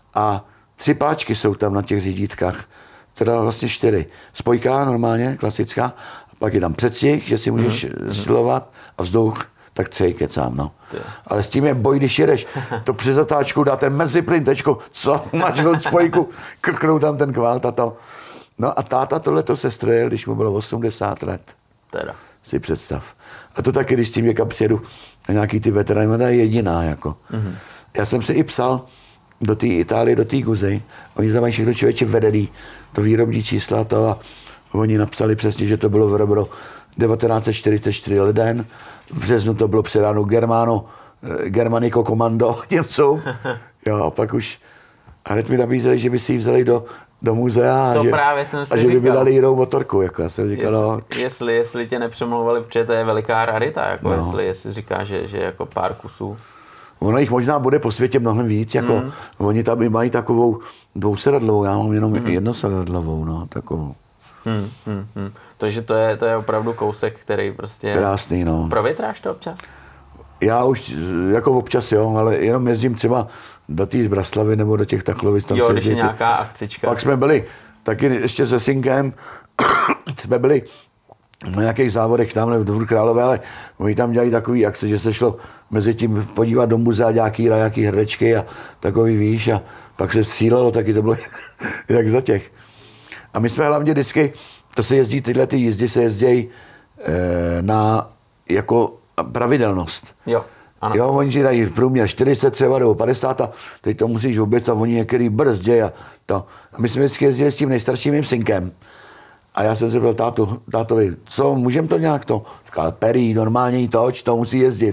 a tři páčky jsou tam na těch řídítkách, teda vlastně čtyři. Spojka normálně, klasická, a pak je tam předstih, že si můžeš mm-hmm. stylovat, a vzduch, tak tři kecám, no. Ale s tím je boj, když jedeš, to při zatáčku dá ten meziplyn, tečko, co, máš od spojku, krknou tam ten kvál, tato. No a táta tohleto se strojil, když mu bylo osmdesát let. Teda. Si představ. A to taky, když s tím někam přijedu na nějaký ty veterány, to je jediná, jako. Mm-hmm. Já jsem si i psal do té Itálie, do té Guzy, oni tam mají všechno člověče vedený, to výrobní čísla, to a oni napsali přesně, že to bylo vyrobeno devatenáct set čtyřicet čtyři leden, v březnu to bylo předáno Germano, Germanico Commando Němcům, jo, a pak už a hned mi nabízeli, že by si ji vzali do, do muzea to a že, právě jsem si a že by říkal. mi dali jinou motorku, jako já jsem říkal, jestli, no. Jestli, jestli tě nepřemlouvali, protože to je veliká rarita, jako no. jestli, jestli říká, že, že jako pár kusů. Ono jich možná bude po světě mnohem víc, jako mm. oni tam mají takovou dvousedadlovou, já mám jenom mm. jednosedadlovou, no, takovou. Hmm, hmm, hmm. Takže to je, to je opravdu kousek, který prostě... Krásný, no. Provětráš to občas? Já už jako občas, jo, ale jenom jezdím třeba do té Zbraslavy nebo do těch Taklovic. Tam jo, když je nějaká akcička. Pak jsme byli taky ještě se synkem, jsme byli na nějakých závodech tamhle v Dvůr Králové, ale oni tam dělají takový akce, že se šlo mezi tím podívat do muzea, nějaký nějaký hrdečky a takový, víš, a pak se střílelo, taky to bylo jak, jak za těch. A my jsme hlavně vždycky, to se jezdí, tyhle ty jízdy se jezdí e, na jako pravidelnost. Jo, ano. Jo, oni ti dají průměr čtyřicet třeba nebo padesát a teď to musíš vůbec a oni některý brzdě a to. A my jsme vždycky jezdili s tím nejstarším mým synkem. A já jsem se byl tátu, tátovi, co, můžem to nějak to? Říkal, Perry, normálně jí toč, to musí jezdit.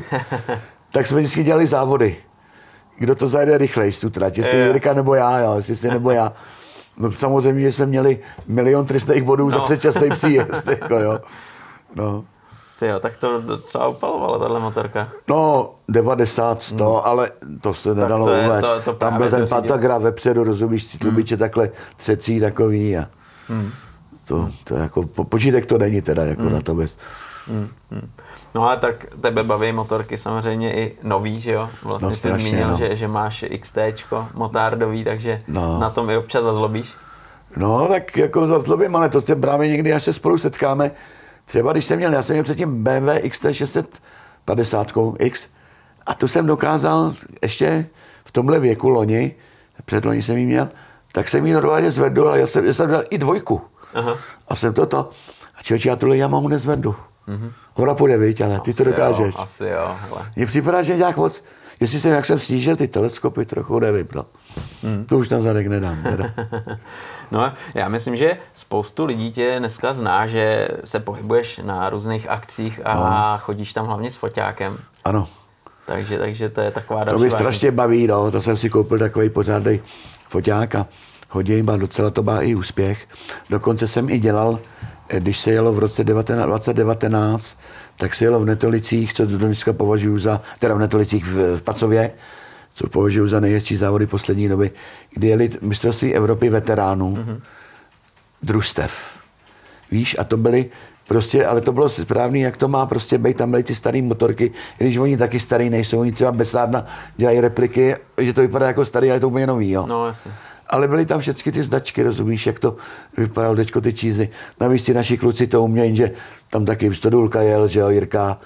Tak jsme vždycky dělali závody. Kdo to zajede rychleji z tu trať, jestli Jirka nebo já, jo, jestli jsi nebo já. No samozřejmě, že jsme měli milion tristých bodů no. za předčasný příjezd, jako jo. No. Tyjo, tak to docela upalovala tahle motorka. No, devadesát, sto, hmm. ale to se nedalo uvést. To, to tam byl ten Patagra vepředu, rozumíš, ty tlumiče hmm. takhle třecí takový a hmm. to, to jako, počítek to není teda, jako hmm. na to bez. Hmm. Hmm. No ale tak tebe baví motorky samozřejmě i nový, že jo? Vlastně no, jsi zmínil, no. že, že máš XTčko motárdový, takže no. na tom i občas zazlobíš? No, tak jako zazlobím, ale to se právě někdy, až se spolu setkáme. Třeba když jsem měl, já jsem měl předtím B M W X T šest set padesát X a tu jsem dokázal ještě v tomhle věku loni, předloni jsem ji měl, tak jsem ji normálně zvedl, ale já jsem, já jsem dal i dvojku. Aha. A jsem toto. A člověče, já tuhle Yamahu nezvednu. Mm-hmm. Ona půjde, víš, ale ty asi to dokážeš. Jo, asi jo, hele. Mně připadá, že nějak moc, jestli jsem, jak jsem snížil ty teleskopy, trochu nevím, no. Mm. To už tam zadek nedám. nedám. No, já myslím, že spoustu lidí tě dneska zná, že se pohybuješ na různých akcích a no. chodíš tam hlavně s foťákem. Ano. Takže, takže to je taková další To mě strašně baví, no, to jsem si koupil takový pořádný foťák a hodím a docela to má i úspěch. Dokonce jsem i dělal, když se jelo v roce dvacet devatenáct, tak se jelo v Netolicích, co dneska považuji za, teda v Netolicích v, v Pacově, co považuji za nejhezčí závody poslední doby, kdy jeli mistrovství Evropy veteránů, mm-hmm. družstev. Víš, a to byly prostě, ale to bylo správný, jak to má prostě být, tam byly ty starý motorky, když oni taky starý nejsou, oni třeba Besárna dělají repliky, že to vypadá jako starý, ale je to úplně nový, jo. No, jasně. Ale byly tam všechny ty značky, rozumíš, jak to vypadalo teďko ty čízy. Navíc ti naši kluci to umějí, že tam taky Stodulka jel, že jo, Jirka,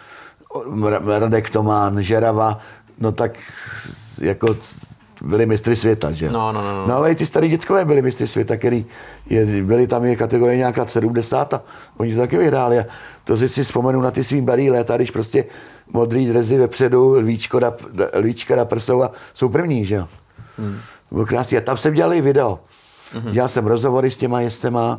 Radek Tomán, Žerava, no tak jako byli mistry světa, že jo. No, no, no, no. no ale i ty starý dětkové byli mistry světa, který je, byli tam je kategorie nějaká sedmdesát a oni to taky vyhráli. A to si vzpomenu na ty svým barý léta, když prostě modrý drezy vepředu, lvíčko na, lvíčka na prsou a jsou první, že jo. Hmm. Bylo krásný. A tam jsem dělal i video. Mm-hmm. Dělal jsem rozhovory s těma jezdcema.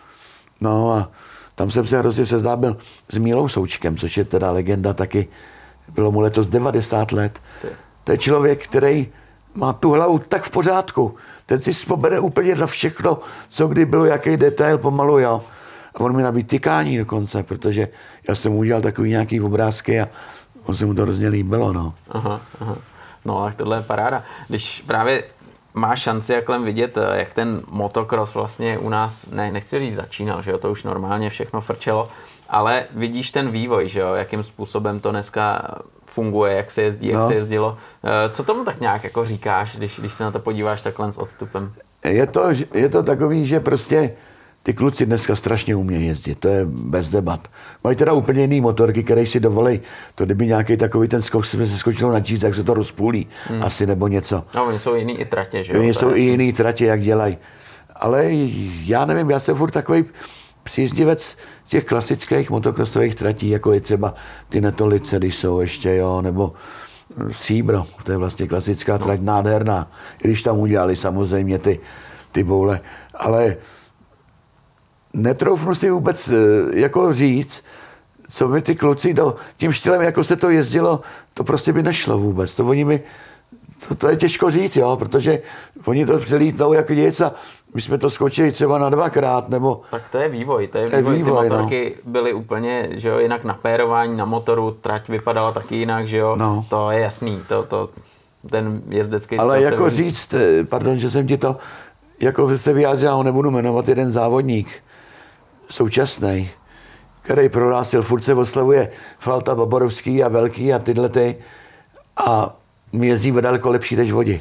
No a tam jsem se hrozně seznámil s Mílou Součkem, což je teda legenda taky. Bylo mu letos devadesát let. Ty. To je člověk, který má tu hlavu tak v pořádku. Ten si vzpomene úplně na všechno, co kdy bylo, jaký detail pomalu, jo. A on mi nabídl tykání dokonce, protože já jsem mu udělal takový nějaký obrázky a on se mu to hrozně líbilo, no. Aha, aha. No, tak tohle je paráda. Když právě máš šanci jakhle vidět, jak ten motocross vlastně u nás, ne, nechci říct začínal, že jo, to už normálně všechno frčelo, ale vidíš ten vývoj, že jo, jakým způsobem to dneska funguje, jak se jezdí, jak no. se jezdilo. Co tomu tak nějak jako říkáš, když, když se na to podíváš takhle s odstupem? Je to, je to takový, že prostě ty kluci dneska strašně umějí jezdit, to je bez debat. Mají teda úplně jiný motorky, které si dovolí, to kdyby nějaký takový ten skok se skočil na číst, jak se to rozpůlí, hmm. asi nebo něco. No, oni jsou jiný i tratě, že jo? Oni jsou i jiný tratě, jak dělají. Ale já nevím, já jsem furt takový příznivec těch klasických motokrosových tratí, jako je třeba ty Netolice, když jsou ještě, jo, nebo Síbro, to je vlastně klasická no. trať, nádherná, i když tam udělali samozřejmě ty, ty boule, ale netroufnu si vůbec jako říct, co by ty kluci do, tím štylem, jako se to jezdilo, to prostě by nešlo vůbec. To oni mi, to, to je těžko říct, jo, protože oni to přelítnou jako děc a my jsme to skočili třeba na dvakrát, nebo... Tak to je vývoj, to je, to je vývoj. vývoj. Ty motorky no. byly úplně, že jo, jinak na pérování, na motoru, trať vypadala taky jinak, že jo, no. to je jasný, to, to, ten jezdecký Ale jako se... říct, pardon, že jsem ti to, jako se vyjádřil, nebudu jmenovat jeden závodník, současný, který prohlásil, furt se oslavuje Falta, Boborovský a Velký a tyhle ty a jezdí daleko lepší než vodi.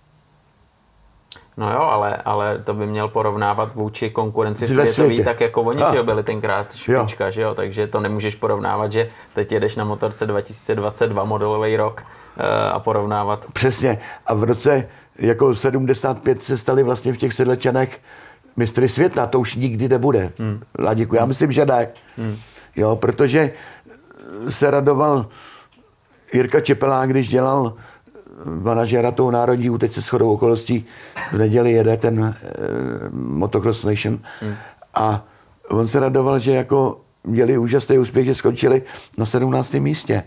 No jo, ale, ale to by měl porovnávat vůči konkurenci světový, tak jako oni, že jo, byli tenkrát špička, jo. že jo, takže to nemůžeš porovnávat, že teď jedeš na motorce dva tisíce dvacet dva modelový rok uh, a porovnávat. Přesně a v roce jako sedmdesát pět se stali vlastně v těch Sedlečanech mistry světa, to už nikdy nebude. Hmm. Ládiku, já myslím, že ne. Hmm. Jo, protože se radoval Jirka Čepelák, když dělal manažera toho národního, teď se shodou okolností v neděli jede ten eh, Motocross Nation hmm. a on se radoval, že jako měli úžasný úspěch, že skončili na sedmnáctém místě.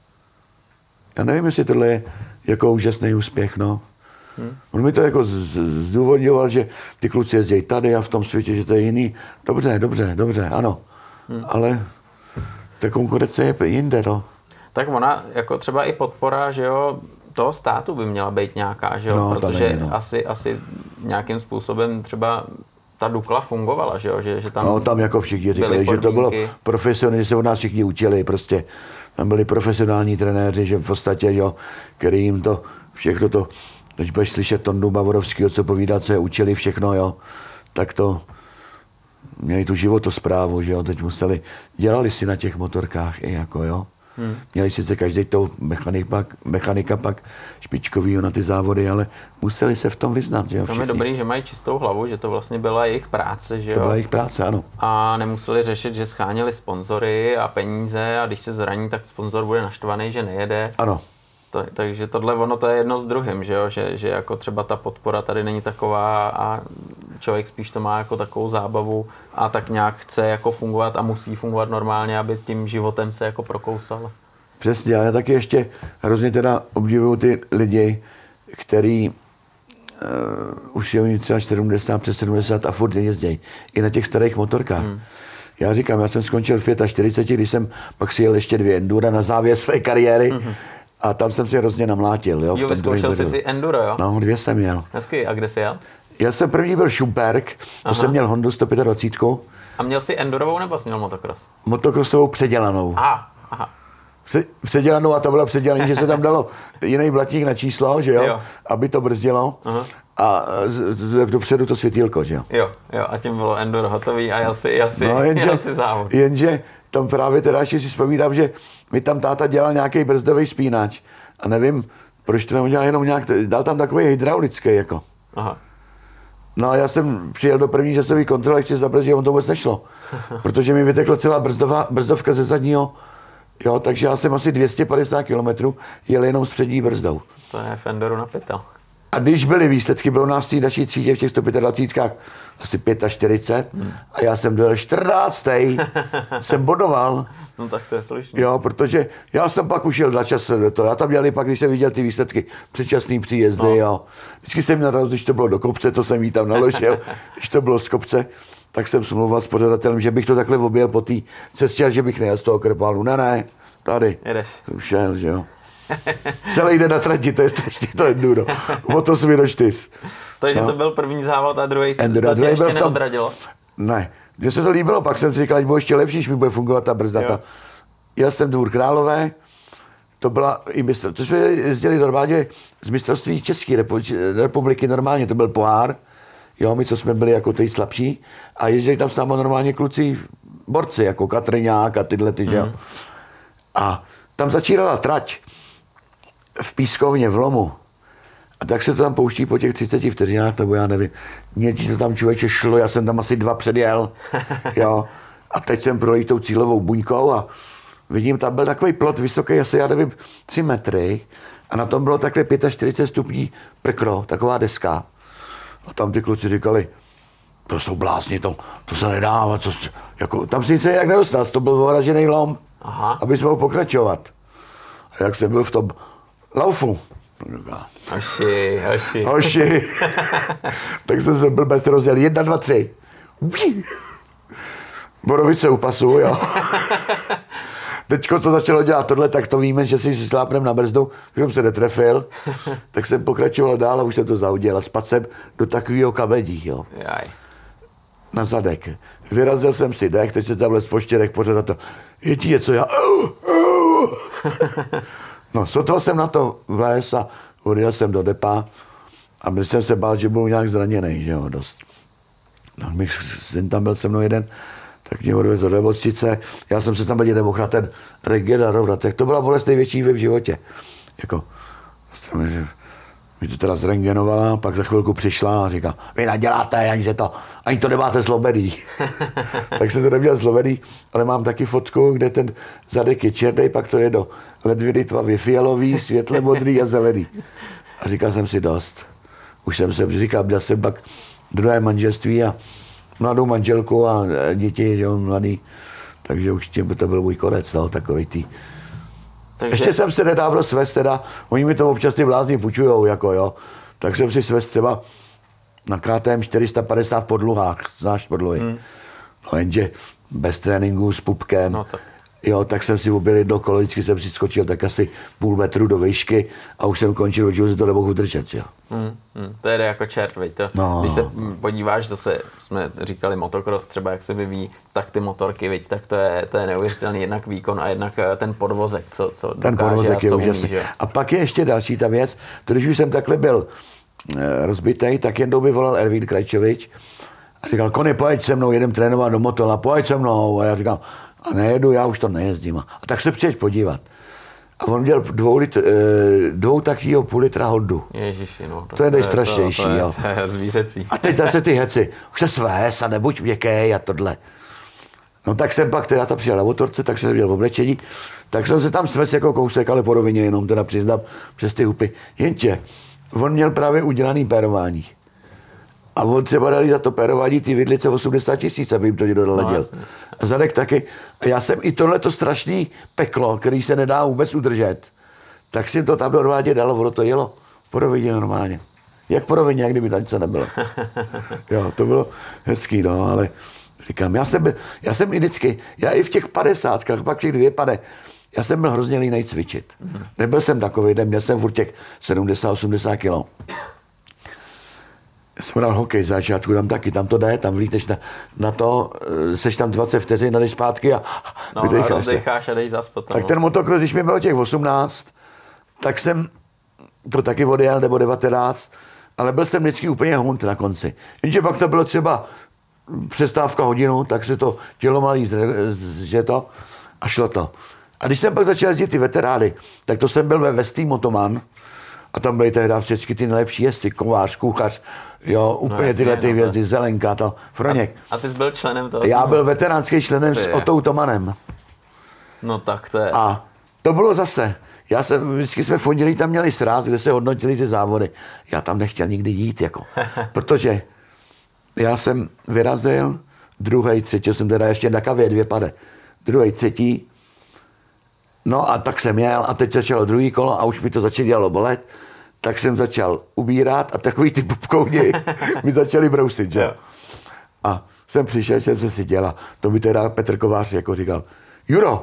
Já nevím, jestli tohle je jako úžasný úspěch, no. Hmm. On mi to jako zdůvodňoval, že ty kluci jezdí tady a v tom světě, že to je jiný. Dobře, dobře, dobře, ano. Hmm. Ale ta konkurence je jinde, no. Tak ona, jako třeba i podpora, že jo, toho státu by měla být nějaká, že jo, no, protože není, no. asi, asi nějakým způsobem třeba ta Dukla fungovala, že jo, že, že tam no, tam jako všichni říkali, že to bylo profesionální, že se od nás všichni učili, prostě tam byli profesionální trenéři, že v podstatě, jo, který jim to, všechno to, když budeš slyšet Tondu Bavorovského, co povídá, co je učili všechno, jo, tak to měli tu životosprávu, že jo, teď museli, dělali si na těch motorkách i jako, jo. Hmm. Měli sice každý toho mechanika, mechanika pak špičkovýho na ty závody, ale museli se v tom vyznat, že jo, všichni. To je dobrý, že mají čistou hlavu, že to vlastně byla jejich práce, že jo. To byla jejich práce, ano. A nemuseli řešit, že scháněli sponzory a peníze a když se zraní, tak sponzor bude naštvaný, že nejede. Ano. To, takže tohle ono to je jedno s druhým, že jo, že, že jako třeba ta podpora tady není taková a člověk spíš to má jako takovou zábavu a tak nějak chce jako fungovat a musí fungovat normálně, aby tím životem se jako prokousal. Přesně, ale taky ještě hrozně teda obdivuju ty lidi, který uh, už je třeba sedmdesát, přes sedmdesát a furt jezdí i na těch starých motorkách. Hmm. Já říkám, já jsem skončil v čtyřiceti pěti, když jsem pak si jel ještě dvě endura na závěr své kariéry. Hmm. A tam jsem si hrozně namlátil. Jo, jo vyzkoušel jsi si enduro, jo? No, dvě jsem jel. Hezky, a kde jsi jel? Já jsem první byl Šumperk, to jsem měl Hondu sto dvacet pět. A měl jsi endurovou nebo jsi měl motocross? Motocrossovou předělanou. Aha, aha. Předělanou a to byla předělaný, že se tam dalo jiný blatník na číslo, že jo, jo. Aby to brzdilo. Aha. A dopředu to světýlko, že jo. Jo, jo, a tím bylo enduro hotový a jel si, jel si, no, jenže, jel si závod. Jenže tam právě teda ještě si vzpomínám, že mi tam táta dělal nějaký brzdový spínač a nevím, proč to neudělal jenom nějak, dal tam takový hydraulický jako. Aha. No a já jsem přijel do první časové kontroly, ještě zabrzdil, on to vůbec nešlo, protože mi vytekla celá brzdová, brzdovka ze zadního, jo, takže já jsem asi dvě stě padesát kilometrů jel jenom s přední brzdou. To je Fenderu na pytel. A když byly výsledky, bylo nás v té naší třídě v těch sto dvaceti pěti asi čtyřicet pět hmm. a já jsem dojel čtrnáctý jsem bodoval. No tak to je slušný. Jo, protože já jsem pak už jel na čas do toho. Já tam měl i pak, když jsem viděl ty výsledky, předčasný příjezdy, no. Jo. Vždycky jsem měl radost, když to bylo do kopce, to jsem jí tam naložil. Když to bylo z kopce, tak jsem smlouval s pořadatelem, že bych to takhle objel po té cestě a že bych nejel z toho Krpálu. Ne, ne, tady. Jedeš. Jsem šel, že jo. Celý den na trati, to je strašně to enduro. O to mi do čtyř. Takže no. to byl první závod a druhý se enduro, to tě ještě tom... neodradilo? Ne, mně se to líbilo, pak jsem si říkal, že bude ještě lepší, když mi bude fungovat ta brzdata. Jel jsem Dvůr Králové, to byla i mistr, to jsme jezdili normálně z mistrovství České republiky normálně, to byl pohár, jo, my, co jsme byli jako teď slabší, a jezdili tam s námi normálně kluci, borci, jako Katriňák a tyhle ty, že jo. Mm. A tam začínala trať v pískovně, v lomu. A tak se to tam pouští po těch třiceti vteřinách, nebo já nevím. Mně to tam člověče šlo, já jsem tam asi dva předjel, jo. A teď jsem projel tou cílovou buňkou a vidím, tam byl takový plot vysoký, asi já nevím, tři metry. A na tom bylo takhle čtyřicet pět stupní prkno, taková deska. A tam ty kluci říkali, to jsou blázni, to, to se nedává, co, jako, tam si nic jak nedostal, to byl ohražený lom, Aha. aby jsme mohl pokračovat. A jak jsem byl v tom laufu, Hoši, hoši. Hoši. Tak jsem se blbec rozděl. Jedna, dva, tři. Borovice u pasu, jo. Teďko to začalo dělat tohle, tak to víme, že si slápnem na brzdu, jsem se netrefil, tak jsem pokračoval dál a už jsem to zaudil a spadl jsem do takového kamení, jo. Jaj. Na zadek. Vyrazil jsem si dech, teď se tamhle z poštěrek pořád to, je ti něco, já... No, sotval jsem na to vléz a odjel jsem do depa a byl jsem se bál, že budu nějak zraněný, že jo, dost. No, my, syn tam byl se mnou jeden, tak mě odvezl do nemocnice, já jsem se tam ani nemohl na ten regenerovat, tak to byla bolest největší v životě. Jako, že mi to teda zrengenovala, pak za chvilku přišla a říká, vy naděláte, ani, se to, ani to nemáte zlomený. Tak jsem to neměl zlomený, ale mám taky fotku, kde ten zadek je černý, pak to je do ledviny tmavě fialový, světle modrý a zelený. A říkal jsem si dost. Už jsem se říkal, měl jsem pak druhé manželství a mladou manželku a děti, že on mladý. Takže už tím to byl můj konec, no, takovej tý. Takže... Ještě jsem se nedávno svést, teda, oni mi to občas ty blázni půjčujou, jako jo. Tak jsem si svést třeba na K T M čtyři sta padesát v podluhách, znáš podluhy. Hmm. No jenže bez tréninku s pupkem. No tak. Jo, tak jsem si objel jedno kolo, vždycky jsem si skočil tak asi půl metru do výšky a už jsem končil, že už to nemohu udržet, jo. Hmm, hmm, to jde jako čert, veď to. No. Když se podíváš, to se, jsme říkali motocross třeba, jak se vyvíjí, tak ty motorky, veď, tak to je, to je neuvěřitelný jednak výkon a jednak ten podvozek, co, co ten dokáže podvozek je úžasný. A pak je ještě další ta věc, to když už jsem takhle byl e, rozbitej, tak jednou by volal Ervín Krajčovič a říkal, Kony, pojď se mnou, jedem trénovat do motola, pojď se mnou. A já říkal, a nejedu, já už to nejezdím. A tak se přijeď podívat. A on měl dvou, litr, dvou takovýho půl litra Hondu. Ježiši, no. To, to je nejstrašnější, to, to je, to je zvířecí. A teď zase ty heci, už se svést a nebuď měkkej a tohle. No tak jsem pak teda to přijel na motorce, tak jsem měl v oblečení, tak jsem se tam svést jako kousek, ale po rovině jenom teda přiznám přes ty hupy. Jenže on měl právě udělaný pérování. A on třeba dali za to pérování ty vidlice osmdesát tisíc, aby jim to někdo doladil. No, a zadek taky. A já jsem i tohleto strašný peklo, který se nedá vůbec udržet, tak jsem to tam normálně dalo, ono to jelo. Po rovině normálně. Jak po rovině, jak kdyby tam něco nebylo. Jo, to bylo hezký, no, ale říkám, já jsem, já jsem i vždycky, já i v těch padesátkách, pak v těch dvě pade, já jsem byl hrozně línej cvičit. Mm. Nebyl jsem takový, měl jsem furt těch sedmdesát osmdesát kilo. Jsem hrál hokej z začátku, tam taky, tam to jde, tam vlíteš na, na to, seš tam dvacet vteřin, jdeš zpátky a no, vydecháš se. A jdeš zas potom. Tak ten motocross, když mi bylo těch osmnáct, tak jsem to taky odjel, nebo devatenáct, ale byl jsem vždycky úplně hunt na konci. Jenže pak to bylo třeba přestávka hodinu, tak se to tělo malý že to a šlo to. A když jsem pak začal jezdit ty veterány, tak to jsem byl ve Westý Motoman a tam byly tehdy vždycky ty nejlepší jezdci, Kovář, Kuchař, jo, úplně no jasně, tyhle ty no, hvězdy, Zelenka, to, Froněk. A, a ty jsi byl členem toho? Já byl veteránským členem s Otou Tomanem. No tak to je. A to bylo zase, já jsem, vždycky jsme v pondělí tam měli sráz, kde se hodnotili ty závody. Já tam nechtěl nikdy jít, jako, protože já jsem vyrazil, druhý, třetí, jsem teda ještě na kavě dvě pade, druhý, třetí, no a tak jsem jel a teď začalo druhý kolo a už mi to začalo bolet, tak jsem začal ubírat a takový ty pupkouni mi začali brousit, že? A jsem přišel, jsem se seděl a to mi teda Petr Kovář jako říkal, Juro,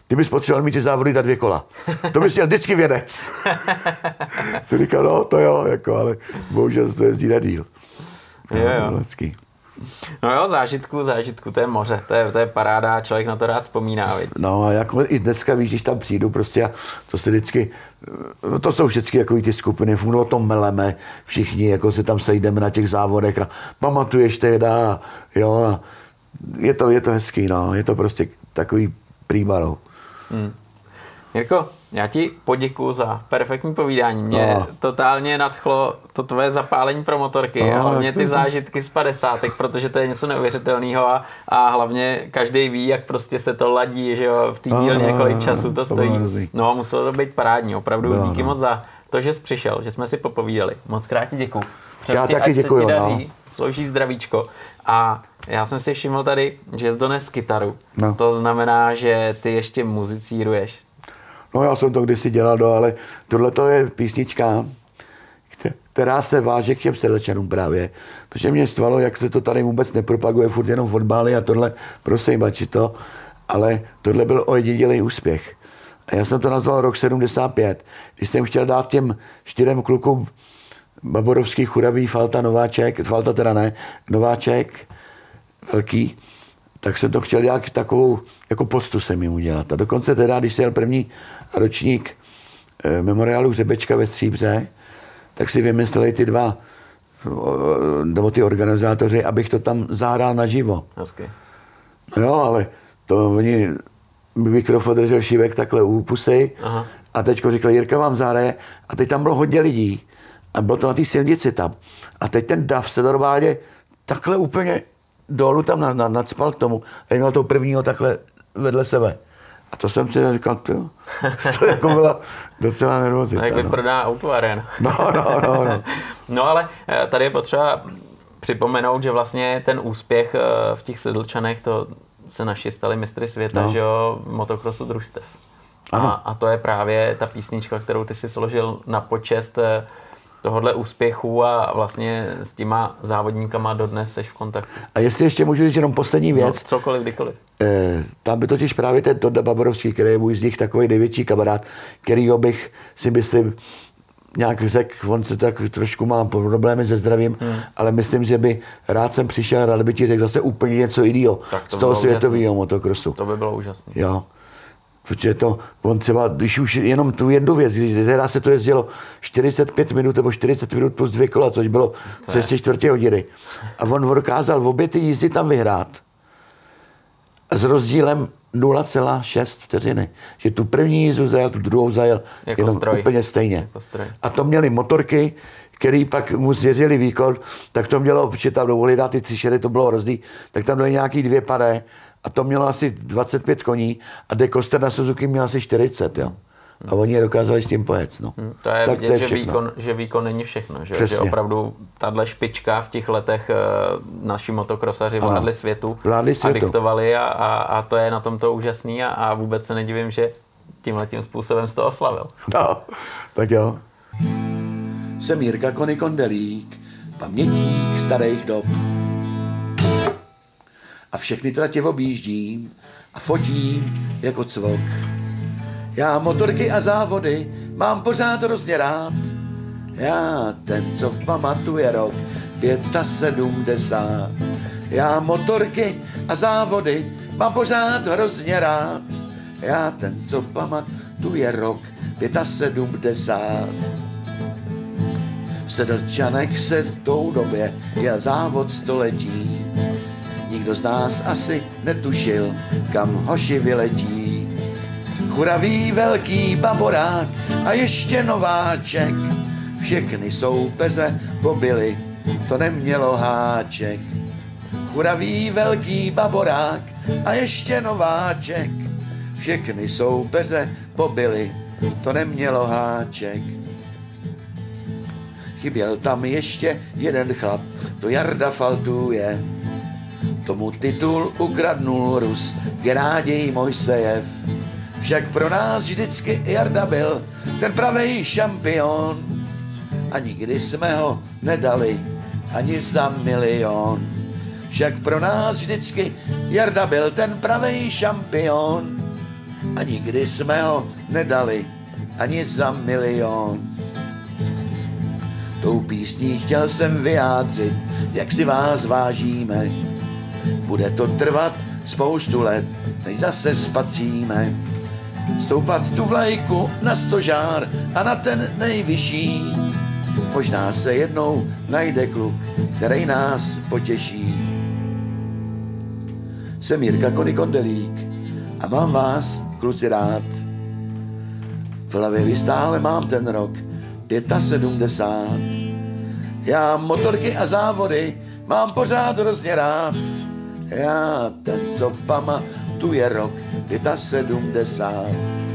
ty bys potřeboval mít ty závody na dvě kola. To bys měl vždycky vědec. Jsem říkal, no to jo, jako, ale bohužel to jezdí na díl. No, jo, jo. No jo, zážitku, zážitku, to je moře, to je, to je paráda, člověk na to rád vzpomíná, viď? No a jako i dneska víš, když tam přijdu prostě a to se vždycky, no to jsou vždycky jako ty skupiny, furt o tom meleme, všichni jako se tam sejdeme na těch závodech a pamatuješ teda, jo, a je to, je to hezký, no, je to prostě takový príbarou. Hmm. Jirko, já ti poděkuju za perfektní povídání. Mě no. totálně nadchlo to tvoje zapálení pro motorky no, a hlavně ty zážitky z padesátek, protože to je něco neuvěřitelného a, a hlavně každý ví, jak prostě se to ladí, že jo, v té dílně no, no, kolik času to stojí. No, muselo to být parádní, opravdu no, díky no. moc za to, že jsi přišel, že jsme si popovídali. Moc krát ti děkuju. Já taky děkuju, se ti daří, no. Slouží zdravíčko. A já jsem si všiml tady, že jsi dones kytaru. No. To znamená, že ty ještě muzicíruješ. No já jsem to kdysi dělal, no, ale tohle to je písnička, která se váže k těm Sedlčanům právě. Protože mě stvalo, jak se to tady vůbec nepropaguje, furt jenom fotbály a tohle, prosím, bači to, ale tohle byl ojedinělý úspěch. A já jsem to nazval rok sedmdesát pět, když jsem chtěl dát těm čtyřem klukům Baborovský, Churavý, Falta, Nováček, Falta teda ne, Nováček, Velký, tak jsem to chtěl dělat takovou, jako poctu jsem jim udělat. A dokonce teda, když se jel první ročník e, memoriálu Řebečka ve Stříbře, tak si vymysleli ty dva, nebo ty organizátoři, abych to tam zahrál naživo. Hezky. No jo, ale to oni, mikrofon držel Šívek takhle u pusy. Aha. A teďko říkal, Jirka vám zahraje. A teď tam bylo hodně lidí. A bylo to na té silnici tam. A teď ten dav se normálně takhle úplně dolů tam na, na, nadspal k tomu a měl toho prvního takhle vedle sebe. A to jsem si říkal, to, to jako byla docela nervozita. Jak no. vyprodá autoaren. No, no, no, no. No ale tady je potřeba připomenout, že vlastně ten úspěch v těch Sedlčanech, to se naši stali mistry světa, no. že jo, motokrosu družstev. A, a to je právě ta písnička, kterou ty si složil na počest tohodle úspěchu a vlastně s těma závodníkama dodnes seš v kontaktu. A jestli ještě můžu říct jenom poslední věc. No, cokoliv, kdykoliv. Eh, tam by totiž právě ten Tonda Baborovský, který je můj z nich takový největší kamarád, kterýho bych si myslím nějak řekl, on se tak trošku má problémy se zdravím, hmm. ale myslím, že by rád jsem přišel, rád by ti řekl zase úplně něco jiného z toho světového motokrosu. To by bylo úžasné. Jo. Protože to, on třeba, když už jenom tu jednu věc, když teda se to jezdilo čtyřicet pět minut nebo čtyřicet minut plus dvě kola, což bylo přes tři čtvrtě hodiny. A on dokázal v obě ty jízdy tam vyhrát s rozdílem nula celá šest vteřiny. Že tu první jízdu zajel, tu druhou zajel jako jenom stroj. úplně stejně. Jako stroj. A to měli motorky, který pak mu zjezdili výkon, tak to mělo, protože tam dovolili dát ty tři šedy, to bylo hrozný, tak tam byly nějaký dvě padé. A to mělo asi dvacet pět koní a De Coster na Suzuki měl asi čtyřicet, jo. A oni je dokázali s tím pojet, no. Hmm, to je tak vidět, to je že, výkon, že výkon není všechno, že, že opravdu tahle špička v těch letech naši motokrosaři vládli světu, vládli světu a diktovali a, a, a to je na tom to úžasný a, a vůbec se nedivím, že tímhletím způsobem jsi to oslavil. No, tak jo. Jsem Jirka Kony Kondelík, pamětník starých dob. A všechny tratě objíždím a fotím jako cvok. Já motorky a závody mám pořád hrozně rád. Já ten, co pamatuje rok sedmdesát pět. Já motorky a závody mám pořád hrozně rád. Já ten, co pamatuje rok sedmdesát pět. V Sedlčanech se v tou době jel závod století. Nikdo z nás asi netušil, kam hoši vyletí. Churavý, Velký, Baborák a ještě Nováček. Všechny soupeře pobili, to nemělo háček. Churavý, Velký, Baborák a ještě Nováček. Všechny soupeře pobili, to nemělo háček. Chyběl tam ještě jeden chlap, to Jarda Faltuje. Tomu titul ukradnul Rus Geráděj Mojsejev. Však pro nás vždycky Jarda byl ten pravej šampion. A nikdy jsme ho nedali ani za milion. Však pro nás vždycky Jarda byl ten pravej šampion. a nikdy jsme ho nedali ani za milion. Tou písní chtěl jsem vyjádřit, jak si vás vážíme. Bude to trvat spoustu let, než zase spatříme. Stoupat tu vlajku na stožár a na ten nejvyšší. Možná se jednou najde kluk, který nás potěší. Jsem Jirka Kony Kondelík a mám vás, kluci, rád. V hlavě stále mám ten rok sedmdesát pět. Já motorky a závody mám pořád hrozně rád. Já ten, co pamatuje rok sedmdesát pět.